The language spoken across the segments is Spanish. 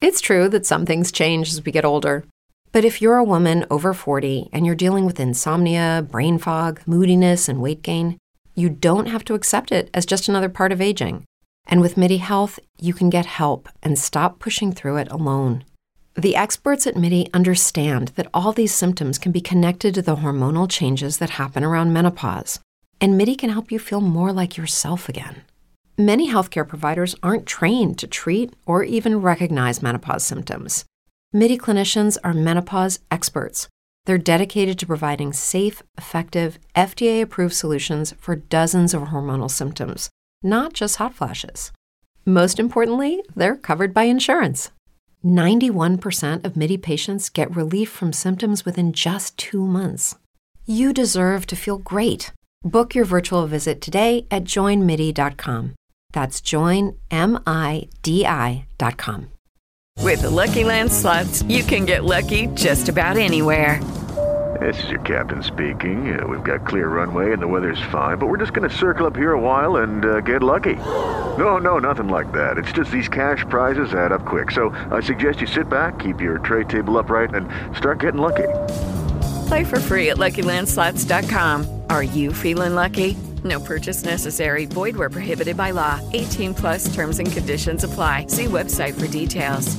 It's true that some things change as we get older. But if you're a woman over 40 and you're dealing with insomnia, brain fog, moodiness, and weight gain, you don't have to accept it as just another part of aging. And with MIDI Health, you can get help and stop pushing through it alone. The experts at MIDI understand that all these symptoms can be connected to the hormonal changes that happen around menopause, and MIDI can help you feel more like yourself again. Many healthcare providers aren't trained to treat or even recognize menopause symptoms. MIDI clinicians are menopause experts. They're dedicated to providing safe, effective, FDA-approved solutions for dozens of hormonal symptoms, not just hot flashes. Most importantly, they're covered by insurance. 91% of MIDI patients get relief from symptoms within just 2 months. You deserve to feel great. Book your virtual visit today at joinmidi.com. That's joinmidi.com. With the Lucky Land Slots, you can get lucky just about anywhere. This is your captain speaking. We've got clear runway and the weather's fine, but we're just going to circle up here a while and get lucky. No, nothing like that. It's just these cash prizes add up quick. So I suggest you sit back, keep your tray table upright, and start getting lucky. Play for free at LuckyLandSlots.com. Are you feeling lucky? No purchase necessary. Void where prohibited by law. 18 plus terms and conditions apply. See website for details.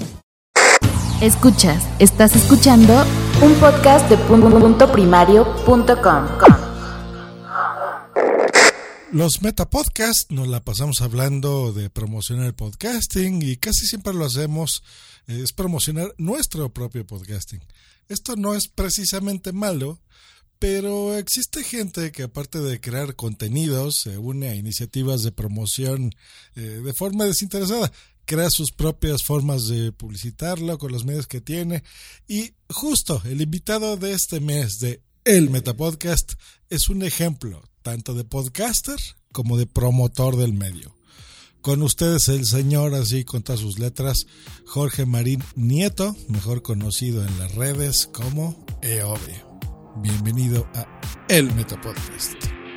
Estás escuchando un podcast de puntoprimario.com. Los Metapodcasts nos la pasamos hablando de promocionar el podcasting y casi siempre lo hacemos es promocionar nuestro propio podcasting. Esto no es precisamente malo, pero existe gente que aparte de crear contenidos se une a iniciativas de promoción de forma desinteresada. Crea sus propias formas de publicitarlo con los medios que tiene. Y justo el invitado de este mes de El Metapodcast es un ejemplo tanto de podcaster como de promotor del medio. Con ustedes el señor, así con todas sus letras, Jorge Marín Nieto, mejor conocido en las redes como EOB. Bienvenido a El Metapodcast.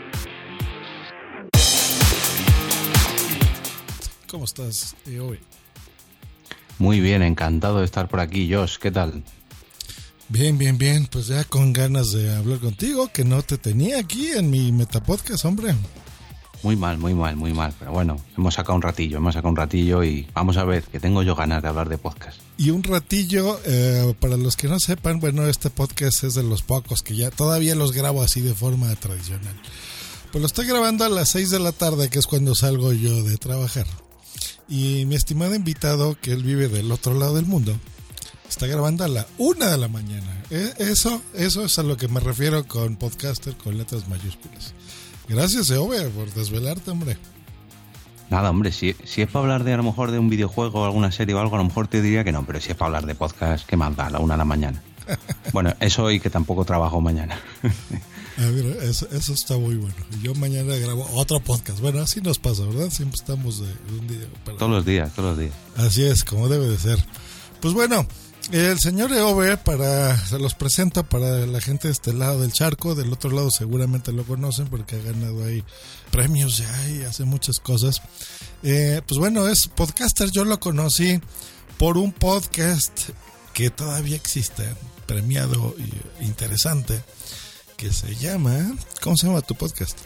¿Cómo estás, EOB? Muy bien, encantado de estar por aquí, Josh. ¿Qué tal? Bien. Pues ya con ganas de hablar contigo, que no te tenía aquí en mi Metapodcast, hombre. Muy mal. Pero bueno, hemos sacado un ratillo y vamos a ver, que tengo yo ganas de hablar de podcast. Y un ratillo, para los que no sepan, bueno, este podcast es de los pocos que ya todavía los grabo así de forma tradicional. Pues lo estoy grabando a las 6 de la tarde, que es cuando salgo yo de trabajar. Y mi estimado invitado, que él vive del otro lado del mundo, está grabando a la 1 de la mañana. Eso es a lo que me refiero con podcaster con letras mayúsculas. Gracias, EOB, por desvelarte, hombre. Nada, hombre, si es para hablar de a lo mejor de un videojuego o alguna serie o algo, a lo mejor te diría que no, pero si es para hablar de podcast, ¿qué más da a la 1 de la mañana? Bueno, eso y que tampoco trabajo mañana. Mira, eso está muy bueno. Yo mañana grabo otro podcast. Bueno, así nos pasa, ¿verdad? Siempre estamos de un día para todos los días. Así es, como debe de ser. Pues bueno, el señor EOB, se los presento para la gente de este lado del charco. Del otro lado seguramente lo conocen porque ha ganado ahí premios ya y hace muchas cosas. Pues bueno, es podcaster. Yo lo conocí por un podcast que todavía existe, premiado e interesante, que se llama... ¿Cómo se llama tu podcast?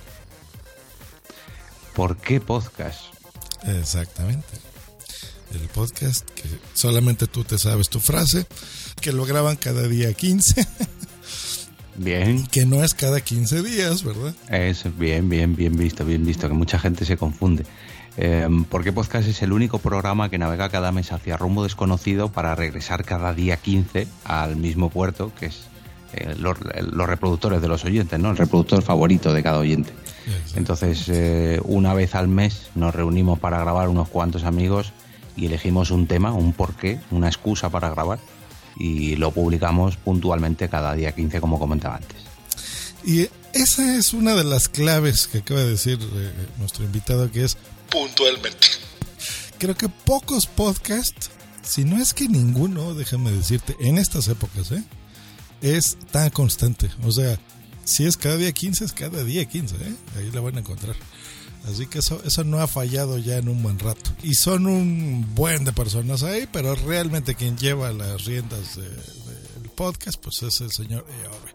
¿Por qué podcast? Exactamente. El podcast que solamente tú te sabes tu frase, que lo graban cada día 15. Bien. Que no es cada 15 días, ¿verdad? Es bien visto, que mucha gente se confunde. ¿Por qué podcast? Es el único programa que navega cada mes hacia rumbo desconocido para regresar cada día 15 al mismo puerto, que es los reproductores de los oyentes, ¿no? El reproductor favorito de cada oyente. Exacto. Entonces, una vez al mes nos reunimos para grabar unos cuantos amigos y elegimos un tema, un porqué, una excusa para grabar y lo publicamos puntualmente cada día 15, como comentaba antes. Y esa es una de las claves que acaba de decir nuestro invitado, que es puntualmente. Creo que pocos podcasts, si no es que ninguno, déjame decirte, en estas épocas, es tan constante. O sea, si es cada día 15, es cada día 15, ahí la van a encontrar. Así que eso no ha fallado ya en un buen rato. Y son un buen de personas ahí, pero realmente quien lleva las riendas del podcast, pues es el señor Eove.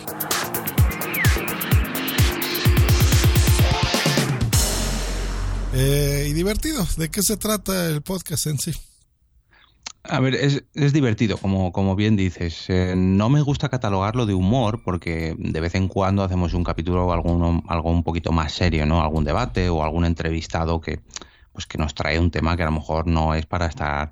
Y divertido. ¿De qué se trata el podcast en sí? A ver, es divertido, como bien dices. No me gusta catalogarlo de humor porque de vez en cuando hacemos un capítulo o algo un poquito más serio, ¿no? Algún debate o algún entrevistado que nos trae un tema que a lo mejor no es para estar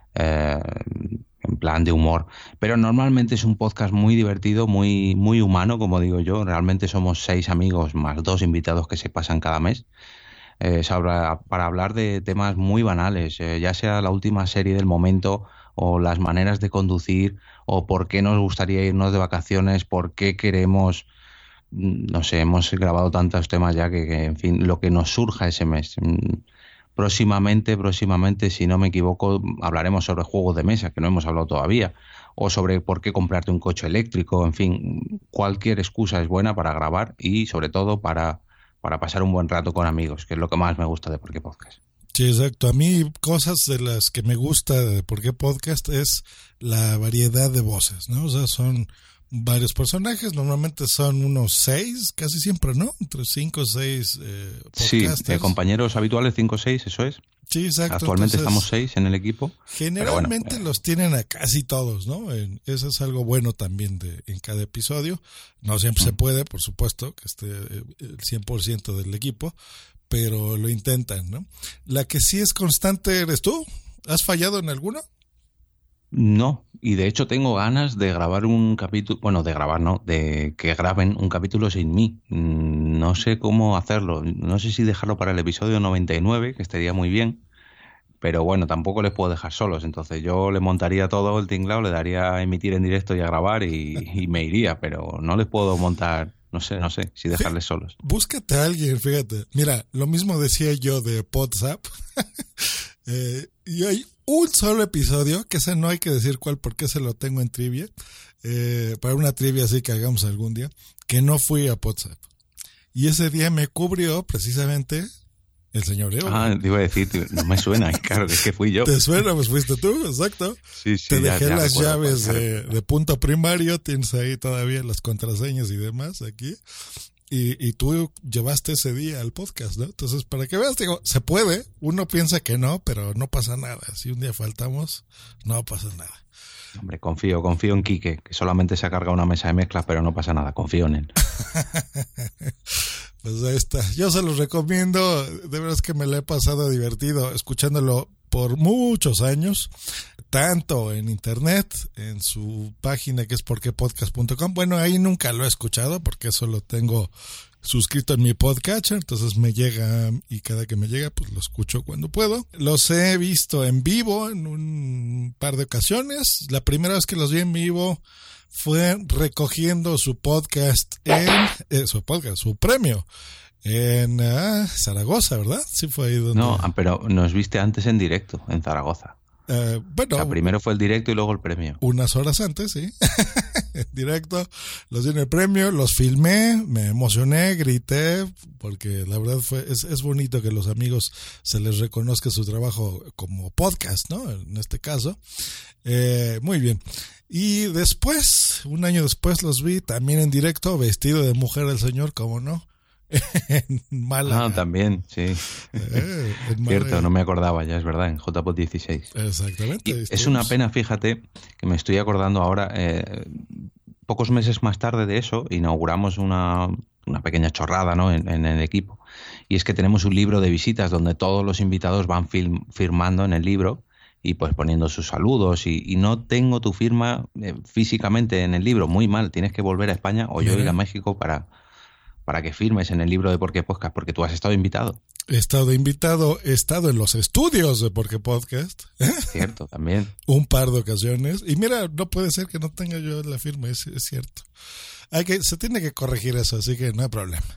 en plan de humor. Pero normalmente es un podcast muy divertido, muy, muy humano, como digo yo. Realmente somos 6 amigos más 2 invitados que se pasan cada mes. Para hablar de temas muy banales, ya sea la última serie del momento o las maneras de conducir o por qué nos gustaría irnos de vacaciones, por qué queremos, no sé, hemos grabado tantos temas ya que en fin, lo que nos surja ese mes. Próximamente, si no me equivoco, hablaremos sobre juegos de mesa, que no hemos hablado todavía, o sobre por qué comprarte un coche eléctrico, en fin, cualquier excusa es buena para grabar y sobre todo para pasar un buen rato con amigos, que es lo que más me gusta de Por qué Podcast. Sí, exacto. A mí cosas de las que me gusta de Por qué Podcast es la variedad de voces, ¿no? O sea, son varios personajes, normalmente son unos 6, casi siempre, ¿no? Entre 5 o 6 podcasters. Sí, compañeros habituales 5 o 6, eso es. Sí, exacto. Actualmente estamos 6 en el equipo. Generalmente los tienen a casi todos, ¿no? Eso es algo bueno también en cada episodio. No siempre se puede, por supuesto, que esté el 100% del equipo, pero lo intentan, ¿no? La que sí es constante eres tú. ¿Has fallado en alguno? No, y de hecho tengo ganas de grabar un capítulo, de que graben un capítulo sin mí. No sé cómo hacerlo, no sé si dejarlo para el episodio 99, que estaría muy bien, pero bueno, tampoco les puedo dejar solos, entonces yo le montaría todo el tinglado, le daría a emitir en directo y a grabar y me iría, pero no les puedo montar, no sé si dejarles solos. Búscate a alguien, fíjate. Mira, lo mismo decía yo de WhatsApp. Y hay un solo episodio, que ese no hay que decir cuál porque se lo tengo en trivia, para una trivia así que hagamos algún día, que no fui a WhatsApp. Y ese día me cubrió precisamente el señor Evo. Te iba a decir, no me suena, claro, es que fui yo. ¿Te suena? Pues fuiste tú, exacto. Sí, te dejé ya las recuerdo, llaves de punto primario, tienes ahí todavía las contraseñas y demás aquí. Y tú llevaste ese día al podcast, ¿no? Entonces, para que veas, digo, se puede. Uno piensa que no, pero no pasa nada. Si un día faltamos, no pasa nada. Hombre, confío en Quique, que solamente se ha cargado una mesa de mezclas, pero no pasa nada, confío en él. Pues ahí está. Yo se los recomiendo. De verdad es que me lo he pasado divertido escuchándolo por muchos años, tanto en internet, en su página que es porquepodcast.com. Bueno, ahí nunca lo he escuchado porque eso lo tengo suscrito en mi podcatcher, entonces me llega y cada que me llega pues lo escucho cuando puedo. Los he visto en vivo en un par de ocasiones. La primera vez que los vi en vivo fue recogiendo su podcast su premio en Zaragoza, ¿verdad? Sí fue ahí donde... No, pero nos viste antes en directo en Zaragoza. Bueno, o sea, primero fue el directo y luego el premio. Unas horas antes, sí. En directo, los di en el premio, los filmé, me emocioné, grité, porque la verdad es bonito que los amigos se les reconozca su trabajo como podcast, ¿no? En este caso. Muy bien. Y después, un año después, los vi también en directo, vestido de mujer el señor, ¿cómo no? En Málaga. También, sí. Cierto, no me acordaba ya, es verdad, en JPOD 16. Exactamente. Es una pena, fíjate, que me estoy acordando ahora, pocos meses más tarde de eso, inauguramos una pequeña chorrada, ¿no? en el equipo. Y es que tenemos un libro de visitas donde todos los invitados van firmando en el libro y pues poniendo sus saludos y no tengo tu firma físicamente en el libro, muy mal, tienes que volver a España o yo ir a México para que firmes en el libro de Por qué Podcast, porque tú has estado invitado. He estado invitado, he estado en los estudios de Por qué Podcast. Cierto, también. Un par de ocasiones. Y mira, no puede ser que no tenga yo la firma, es cierto. Se tiene que corregir eso, así que no hay problema.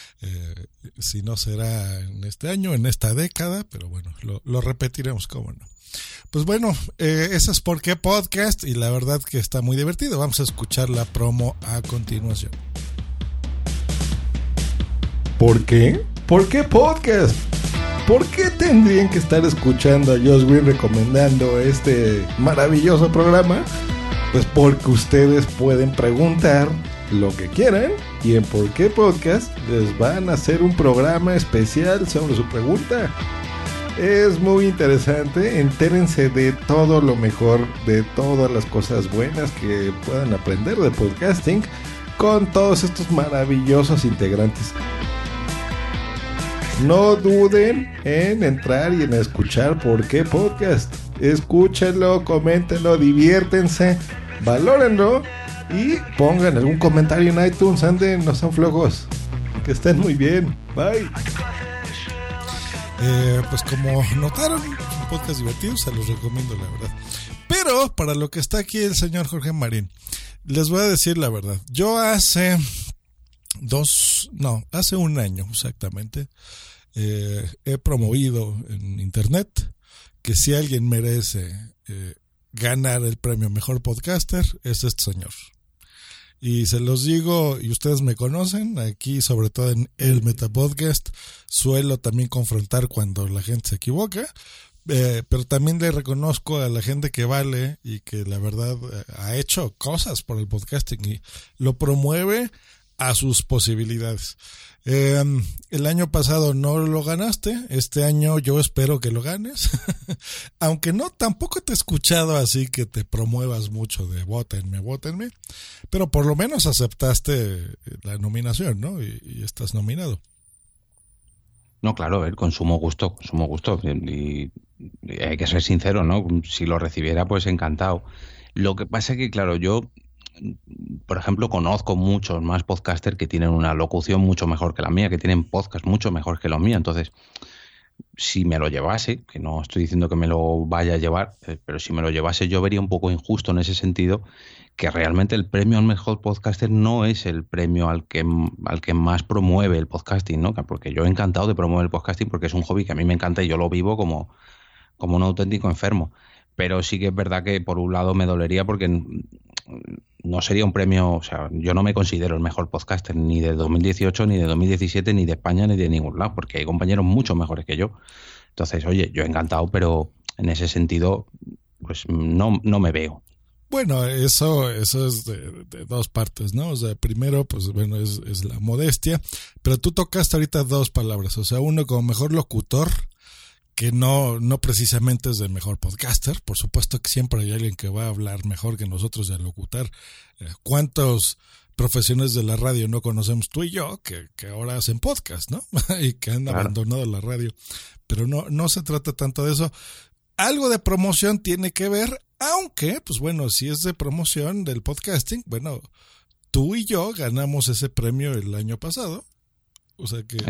Si no será en este año, en esta década, pero bueno, lo repetiremos, cómo no. Pues bueno, eso es Por qué Podcast y la verdad que está muy divertido. Vamos a escuchar la promo a continuación. ¿Por qué? ¿Por qué podcast? ¿Por qué tendrían que estar escuchando a Josh Green recomendando este maravilloso programa? Pues porque ustedes pueden preguntar lo que quieran y en ¿Por qué podcast? Les van a hacer un programa especial sobre su pregunta. Es muy interesante, entérense de todo lo mejor, de todas las cosas buenas que puedan aprender de podcasting con todos estos maravillosos integrantes. No duden en entrar y en escuchar ¿Por qué podcast? Escúchenlo, coméntenlo, diviértense, valórenlo y pongan algún comentario en iTunes, anden, no sean flojos, que estén muy bien, bye. Pues como notaron, es un podcast divertido, se los recomiendo la verdad. Pero para lo que está aquí el señor Jorge Marín, les voy a decir la verdad. Yo hace un año exactamente, he promovido en internet que si alguien merece ganar el premio Mejor Podcaster, es este señor. Y se los digo, y ustedes me conocen, aquí sobre todo en el Metapodcast, suelo también confrontar cuando la gente se equivoca, pero también le reconozco a la gente que vale y que la verdad ha hecho cosas por el podcasting y lo promueve a sus posibilidades. El año pasado no lo ganaste, este año yo espero que lo ganes, aunque no, tampoco te he escuchado así que te promuevas mucho de vótenme, pero por lo menos aceptaste la nominación, ¿no? Y estás nominado. No, claro, a ver, con sumo gusto, y hay que ser sincero, ¿no? Si lo recibiera, pues encantado. Lo que pasa es que, claro, yo, por ejemplo, conozco muchos más podcasters que tienen una locución mucho mejor que la mía, que tienen podcasts mucho mejor que los míos. Entonces, si me lo llevase, que no estoy diciendo que me lo vaya a llevar, pero si me lo llevase yo vería un poco injusto en ese sentido, que realmente el premio al mejor podcaster no es el premio al que más promueve el podcasting, ¿no? Porque yo he encantado de promover el podcasting porque es un hobby que a mí me encanta y yo lo vivo como un auténtico enfermo. Pero sí que es verdad que por un lado me dolería porque no sería un premio, o sea, yo no me considero el mejor podcaster ni de 2018, ni de 2017, ni de España, ni de ningún lado, porque hay compañeros mucho mejores que yo. Entonces, oye, yo he encantado, pero en ese sentido, pues no me veo. Bueno, eso es de dos partes, ¿no? O sea, primero, pues bueno, es la modestia, pero tú tocaste ahorita dos palabras, o sea, uno como mejor locutor, que no precisamente es de mejor podcaster. Por supuesto que siempre hay alguien que va a hablar mejor que nosotros de locutar. ¿Cuántos profesionales de la radio no conocemos tú y yo que ahora hacen podcast, ¿no? Y que han abandonado la radio. Pero no se trata tanto de eso. Algo de promoción tiene que ver, aunque, pues bueno, si es de promoción del podcasting, bueno, tú y yo ganamos ese premio el año pasado. O sea que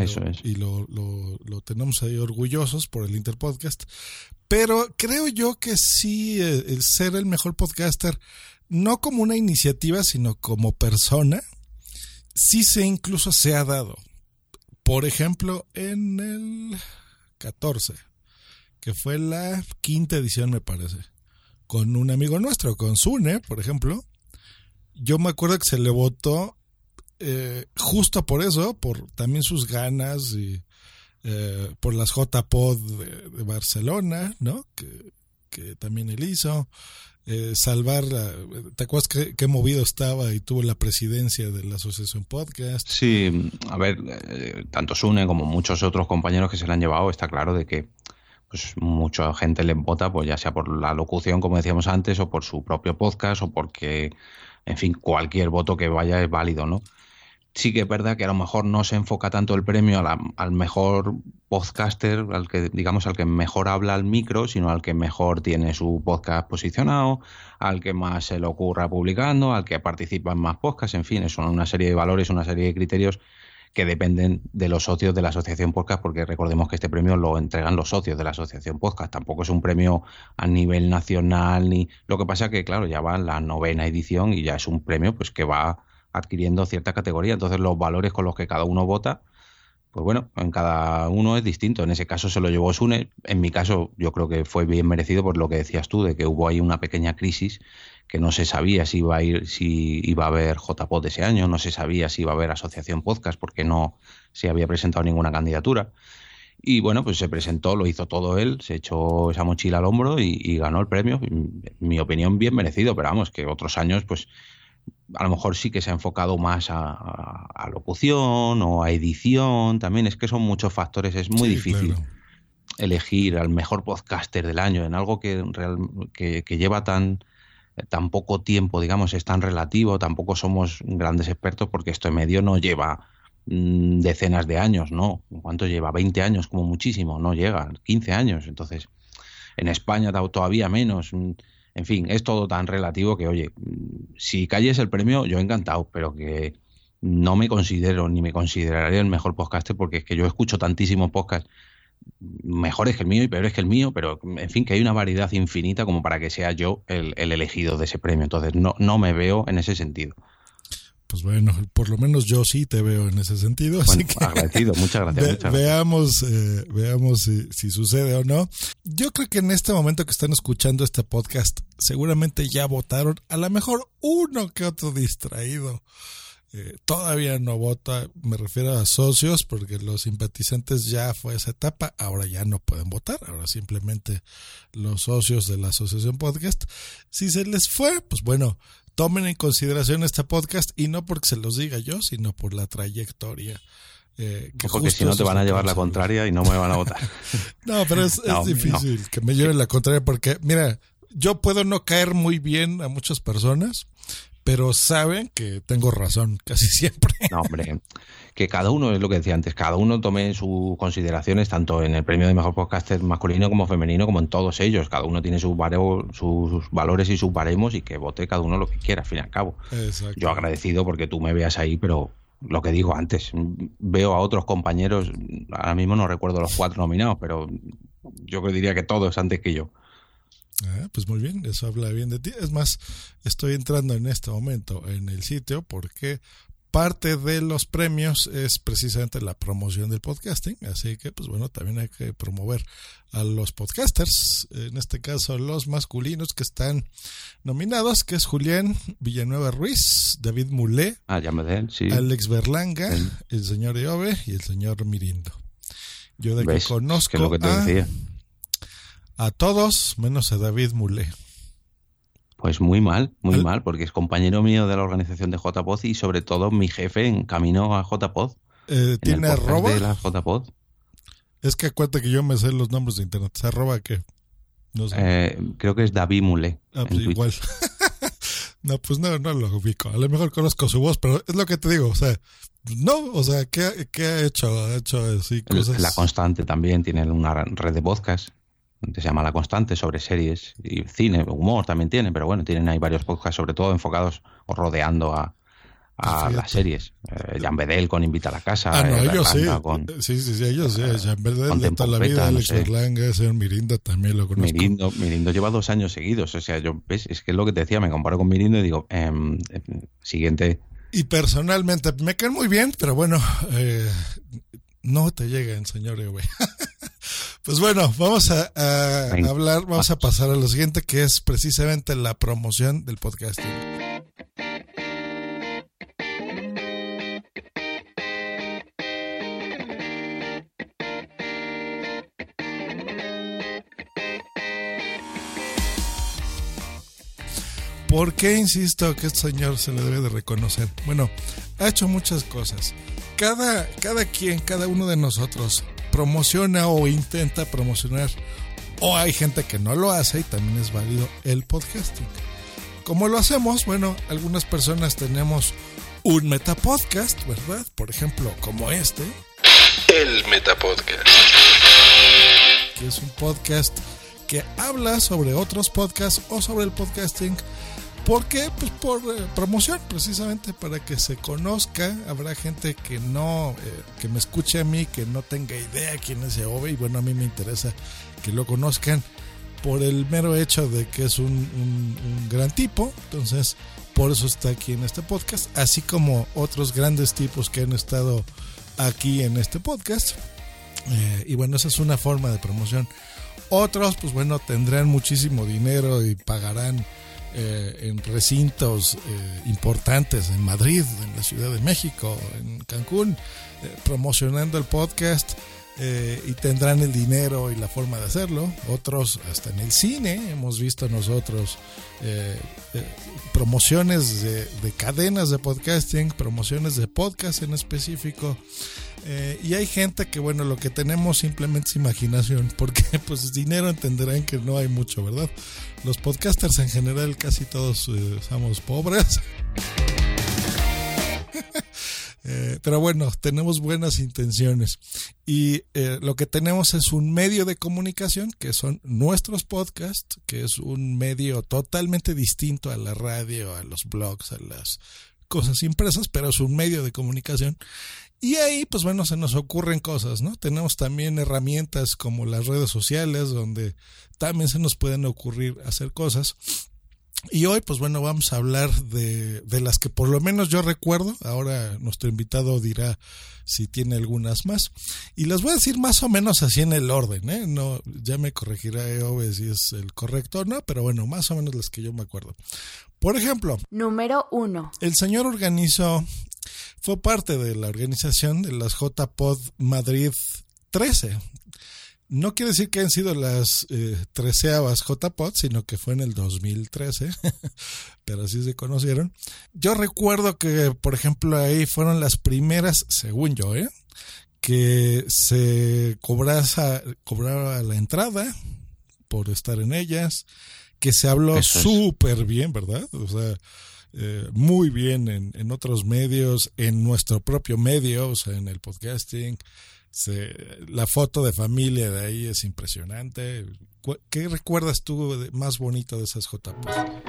lo tenemos ahí orgullosos por el Interpodcast. Pero creo yo que sí, el ser el mejor podcaster, no como una iniciativa, sino como persona, sí incluso se ha dado. Por ejemplo, en el 14, que fue la 5ª edición, me parece, con un amigo nuestro, con Sune, por ejemplo. Yo me acuerdo que se le votó justo por eso, por también sus ganas y por las JPod de Barcelona, ¿no? Que también él hizo. Salvar, ¿te acuerdas qué movido estaba y tuvo la presidencia de la Asociación Podcast? Sí, a ver, tanto Sune como muchos otros compañeros que se le han llevado, está claro de que pues mucha gente le vota, pues ya sea por la locución, como decíamos antes, o por su propio podcast, o porque, en fin, cualquier voto que vaya es válido, ¿no? Sí que es verdad que a lo mejor no se enfoca tanto el premio al mejor podcaster, al que mejor habla al micro, sino al que mejor tiene su podcast posicionado, al que más se le ocurra publicando, al que participa en más podcasts, en fin, son una serie de valores, una serie de criterios que dependen de los socios de la Asociación Podcast, porque recordemos que este premio lo entregan los socios de la Asociación Podcast, tampoco es un premio a nivel nacional, ni lo que pasa que, claro, ya va en la 9ª edición y ya es un premio pues que va adquiriendo cierta categoría. Entonces los valores con los que cada uno vota pues bueno, en cada uno es distinto. En ese caso se lo llevó Sune. En mi caso yo creo que fue bien merecido por lo que decías tú, de que hubo ahí una pequeña crisis que no se sabía si iba a haber JPod ese año, no se sabía si iba a haber Asociación Podcast porque no se había presentado ninguna candidatura. Y bueno, pues se presentó, lo hizo todo él, se echó esa mochila al hombro y ganó el premio. En mi opinión, bien merecido, pero vamos, que otros años, pues a lo mejor sí que se ha enfocado más a locución o a edición. También es que son muchos factores, es muy difícil elegir al mejor podcaster del año en algo que lleva tan poco tiempo, digamos, es tan relativo. Tampoco somos grandes expertos porque este medio no lleva decenas de años, ¿no? ¿Cuánto lleva? 20 años como muchísimo, no llega, 15 años. Entonces, en España todavía menos. En fin, es todo tan relativo que, oye, si calles el premio, yo encantado, pero que no me considero ni me consideraría el mejor podcaster porque es que yo escucho tantísimos podcasts mejores que el mío y peores que el mío, pero en fin, que hay una variedad infinita como para que sea yo el elegido de ese premio. Entonces, no me veo en ese sentido. Pues bueno, por lo menos yo sí te veo en ese sentido. Así Bueno, que agradecido, muchas gracias. Veamos si sucede o no. Yo creo que en este momento que están escuchando este podcast, seguramente ya votaron. A lo mejor uno que otro distraído todavía no vota. Me refiero a socios, porque los simpatizantes ya fue esa etapa. Ahora ya no pueden votar. Ahora simplemente los socios de la Asociación Podcast. Si se les fue, pues bueno, tomen en consideración este podcast, y no porque se los diga yo, sino por la trayectoria. Porque si no te van a llevar la contraria y no me van a votar. No, pero es difícil que me lleven la contraria porque, mira, yo puedo no caer muy bien a muchas personas, pero saben que tengo razón casi siempre. No, hombre, que cada uno, es lo que decía antes, cada uno tome sus consideraciones tanto en el premio de mejor podcaster masculino como femenino, como en todos ellos. Cada uno tiene sus valores y sus baremos, y que vote cada uno lo que quiera, al fin y al cabo. Exacto. Yo agradecido porque tú me veas ahí, pero lo que digo antes, veo a otros compañeros, ahora mismo no recuerdo los 4 nominados, pero yo diría que todos antes que yo. Pues muy bien, eso habla bien de ti. Es más, estoy entrando en este momento en el sitio porque parte de los premios es precisamente la promoción del podcasting, así que pues bueno, también hay que promover a los podcasters, en este caso los masculinos que están nominados, que es Julián Villanueva Ruiz, David Mulé, sí. Alex Berlanga, el señor Eove y el señor Mirindo. Yo de aquí conozco que es lo que te decía. A todos menos a David Mulé. Pues muy mal, porque es compañero mío de la organización de JPod y sobre todo mi jefe en camino a JPod. ¿Tiene arroba? De la JPod. Es que acuérdate que yo me sé los nombres de internet. ¿Arroba qué? No sé. Creo que es David Mulé. Pues igual. No, pues no lo ubico. A lo mejor conozco su voz, pero es lo que te digo. O sea, no, o sea, ¿qué ha hecho? Ha hecho así cosas. La Constante también tiene una red de podcast que se llama La Constante, sobre series y cine, humor también tiene, pero bueno, tienen ahí varios podcasts, sobre todo enfocados o rodeando a las series. Jan Bedel con Invita a la Casa. Ellos sí. Sí, ellos sí. Jan Bedel de toda la vida, Alex Berlanga, el señor Mirinda también lo conozco. Mirindo lleva 2 años seguidos. O sea, es que es lo que te decía, me comparo con Mirindo y digo, siguiente. Y personalmente me caen muy bien, pero bueno, no te llegan, señor Ewe. Pues bueno, vamos a hablar, vamos a pasar a lo siguiente, que es precisamente la promoción del podcasting. ¿Por qué insisto que este señor se le debe de reconocer? Bueno, ha hecho muchas cosas. Cada uno de nosotros promociona o intenta promocionar, o hay gente que no lo hace, y también es válido el podcasting. ¿Cómo lo hacemos? Bueno, algunas personas tenemos un metapodcast, ¿verdad? Por ejemplo, como este. El Metapodcast. Que es un podcast que habla sobre otros podcasts o sobre el podcasting. ¿Por qué? Pues por promoción, precisamente, para que se conozca. Habrá gente que no, que me escuche a mí, que no tenga idea quién es Eove, y bueno, a mí me interesa que lo conozcan por el mero hecho de que es un gran tipo. Entonces, por eso está aquí en este podcast, así como otros grandes tipos que han estado aquí en este podcast. Y bueno, esa es una forma de promoción. Otros, pues bueno, tendrán muchísimo dinero y pagarán en recintos importantes en Madrid, en la Ciudad de México, en Cancún, promocionando el podcast. Y tendrán el dinero y la forma de hacerlo. Otros hasta en el cine hemos visto nosotros promociones de cadenas de podcasting, promociones de podcast en específico, y hay gente que bueno, lo que tenemos simplemente es imaginación, porque pues dinero entenderán que no hay mucho, ¿verdad? Los podcasters en general casi todos somos pobres. Pero bueno, tenemos buenas intenciones y lo que tenemos es un medio de comunicación que son nuestros podcasts, que es un medio totalmente distinto a la radio, a los blogs, a las cosas impresas, pero es un medio de comunicación. Y ahí, pues bueno, se nos ocurren cosas, ¿no? Tenemos también herramientas como las redes sociales, donde también se nos pueden ocurrir hacer cosas. Y hoy, pues bueno, vamos a hablar de las que por lo menos yo recuerdo. Ahora nuestro invitado dirá si tiene algunas más. Y las voy a decir más o menos así en el orden, ¿eh? No, ya me corregirá Eove si es el correcto o no, pero bueno, más o menos las que yo me acuerdo. Por ejemplo, número 1. El señor fue parte de la organización de las JPod Madrid 13. No quiere decir que hayan sido las 13avas JPod, sino que fue en el 2013, pero así se conocieron. Yo recuerdo que, por ejemplo, ahí fueron las primeras, según yo, que se cobraba la entrada por estar en ellas, que se habló súper bien, ¿verdad? O sea, muy bien en otros medios, en nuestro propio medio, o sea, en el podcasting. La foto de familia de ahí es impresionante. ¿Qué recuerdas tú más bonito de esas JPod?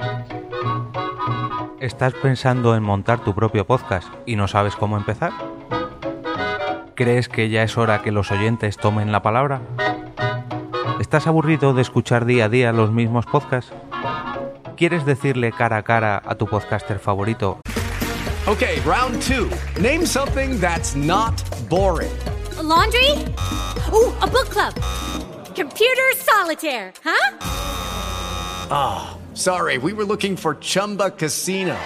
¿Estás pensando en montar tu propio podcast y no sabes cómo empezar? ¿Crees que ya es hora que los oyentes tomen la palabra? ¿Estás aburrido de escuchar día a día los mismos podcasts? ¿Quieres decirle cara a cara a tu podcaster favorito? Okay, round 2. Name something that's not boring. A laundry? Ooh, a book club. Computer solitaire, huh? Ah, sorry, we were looking for Chumba Casino.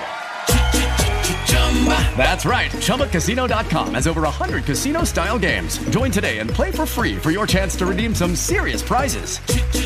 That's right, ChumbaCasino.com has over 100 casino-style games. Join today and play for free for your chance to redeem some serious prizes.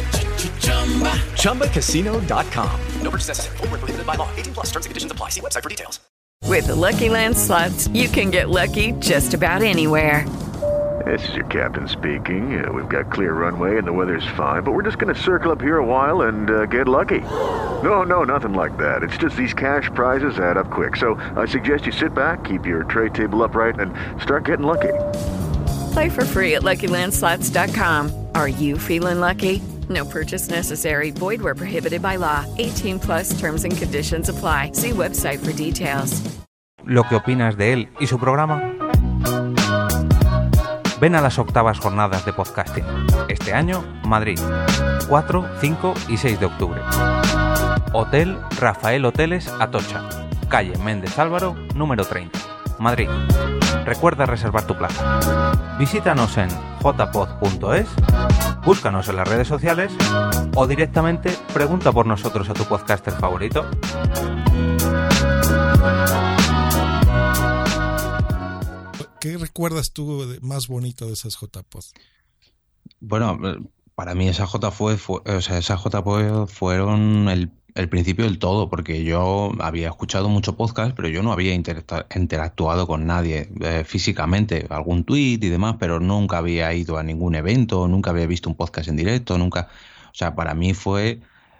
ChumbaCasino.com. No purchase necessary. Void where prohibited by law. 18+ terms and conditions apply. See website for details. With the Lucky Land Slots, you can get lucky just about anywhere. This is your captain speaking. We've got clear runway and the weather's fine, but we're just going to circle up here a while and get lucky. No, nothing like that. It's just these cash prizes add up quick. So I suggest you sit back, keep your tray table upright, and start getting lucky. Play for free at LuckyLandSlots.com. Are you feeling lucky? No purchase necessary. Void where prohibited by law. 18+ terms and conditions apply. See website for details. ¿Lo que opinas de él y su programa? Ven a las 8ª jornadas de podcasting. Este año, Madrid. 4, 5 y 6 de octubre. Hotel Rafael Hoteles Atocha. Calle Méndez Álvaro, número 30. Madrid. Recuerda reservar tu plaza. Visítanos en jpod.es, búscanos en las redes sociales o directamente pregunta por nosotros a tu podcaster favorito. ¿Qué recuerdas tú más bonito de esas JPod? Bueno, para mí esas JPod fueron el principio del todo, porque yo había escuchado mucho podcast, pero yo no había interactuado con nadie físicamente, algún tweet y demás, pero nunca había ido a ningún evento, nunca había visto un podcast en directo, nunca. O sea, para mí fue...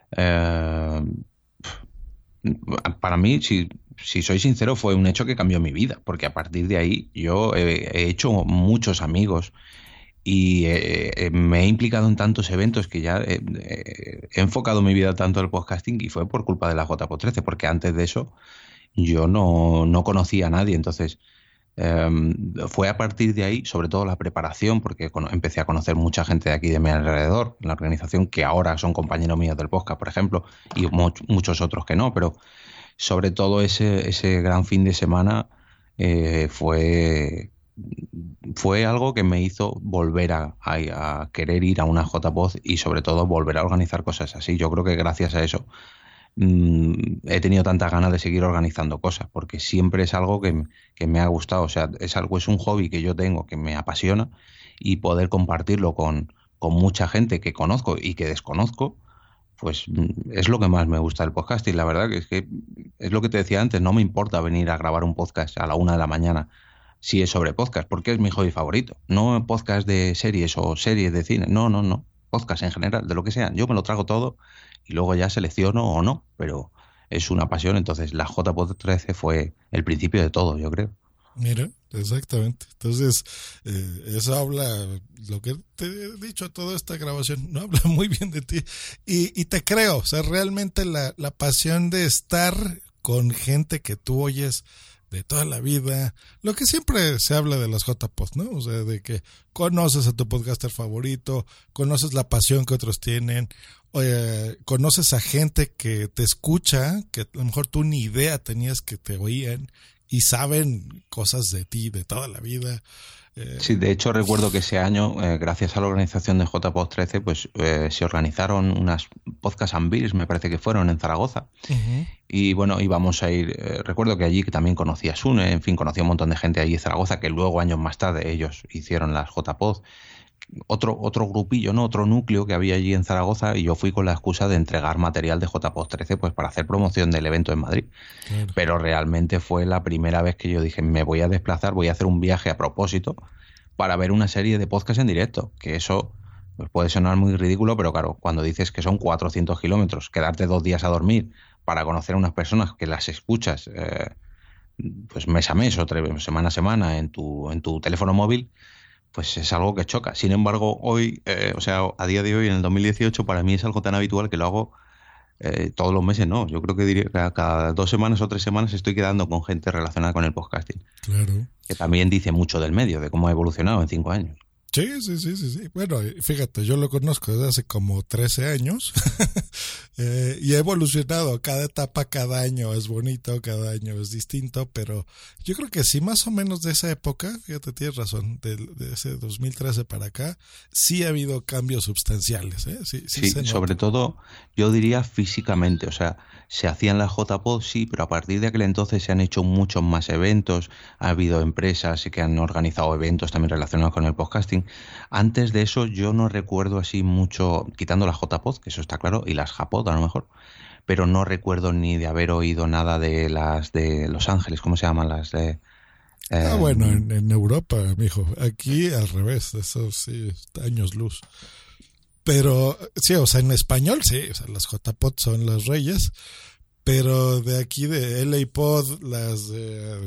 para mí, si soy sincero, fue un hecho que cambió mi vida, porque a partir de ahí yo he hecho muchos amigos y me he implicado en tantos eventos que ya he enfocado mi vida tanto al podcasting, y fue por culpa de la JPod 13, porque antes de eso yo no conocía a nadie. Entonces fue a partir de ahí, sobre todo la preparación, porque empecé a conocer mucha gente de aquí de mi alrededor, en la organización, que ahora son compañeros míos del podcast, por ejemplo, y muchos otros que no, pero sobre todo ese gran fin de semana fue fue algo que me hizo volver a querer ir a una JPod y sobre todo volver a organizar cosas así. Yo creo que gracias a eso he tenido tantas ganas de seguir organizando cosas, porque siempre es algo que me ha gustado. O sea, es un hobby que yo tengo, que me apasiona, y poder compartirlo con mucha gente que conozco y que desconozco, pues es lo que más me gusta del podcasting. La verdad que es lo que te decía antes, no me importa venir a grabar un podcast a la 1 de la mañana si es sobre podcast, porque es mi hobby favorito. No podcast de series o series de cine, no. Podcast en general, de lo que sea. Yo me lo trago todo y luego ya selecciono o no, pero es una pasión. Entonces la JPod 13 fue el principio de todo, yo creo. Mira, exactamente. Entonces, eso habla, lo que te he dicho, toda esta grabación, no habla muy bien de ti. Y te creo, o sea, realmente la pasión de estar con gente que tú oyes de toda la vida, lo que siempre se habla de las JPod, ¿no? O sea, de que conoces a tu podcaster favorito, conoces la pasión que otros tienen, conoces a gente que te escucha, que a lo mejor tú ni idea tenías que te oían, y saben cosas de ti, de toda la vida. Sí, de hecho recuerdo que ese año, gracias a la organización de JPod 13, pues se organizaron unas podcast and beers, me parece que fueron en Zaragoza. Uh-huh. Y bueno, íbamos a ir, recuerdo que allí también conocí a Sune, en fin, conocí a un montón de gente allí en Zaragoza, que luego años más tarde ellos hicieron las JPod. Otro grupillo, ¿no? Otro núcleo que había allí en Zaragoza, y yo fui con la excusa de entregar material de JPod 13 pues para hacer promoción del evento en Madrid. Claro. Pero realmente fue la primera vez que yo dije, me voy a desplazar, voy a hacer un viaje a propósito para ver una serie de podcast en directo, que eso pues puede sonar muy ridículo, pero claro, cuando dices que son 400 kilómetros, quedarte 2 días a dormir para conocer a unas personas que las escuchas pues mes a mes o semana a semana en tu teléfono móvil, pues es algo que choca. Sin embargo, hoy, o sea, a día de hoy, en el 2018, para mí es algo tan habitual que lo hago todos los meses, ¿no? Yo creo que diría que cada 2 semanas o 3 semanas estoy quedando con gente relacionada con el podcasting. Claro. Que también dice mucho del medio, de cómo ha evolucionado en 5 años. Sí. Bueno, fíjate, yo lo conozco desde hace como 13 años y ha evolucionado. Cada etapa, cada año es bonito, cada año es distinto, pero yo creo que sí, más o menos de esa época, fíjate, tienes razón, de ese 2013 para acá, sí ha habido cambios sustanciales. Sí, sobre todo, yo diría físicamente, o sea, se hacían las JPod, sí, pero a partir de aquel entonces se han hecho muchos más eventos, ha habido empresas que han organizado eventos también relacionados con el podcasting. Antes de eso yo no recuerdo así mucho, quitando las JPod, que eso está claro, y las JPod a lo mejor, pero no recuerdo ni de haber oído nada de las de Los Ángeles, ¿cómo se llaman? Las de... bueno, en Europa, mijo, aquí al revés, eso sí, años luz. Pero sí, o sea, en español sí, o sea, las JPod son las reyes, pero de aquí de LA Pod, las de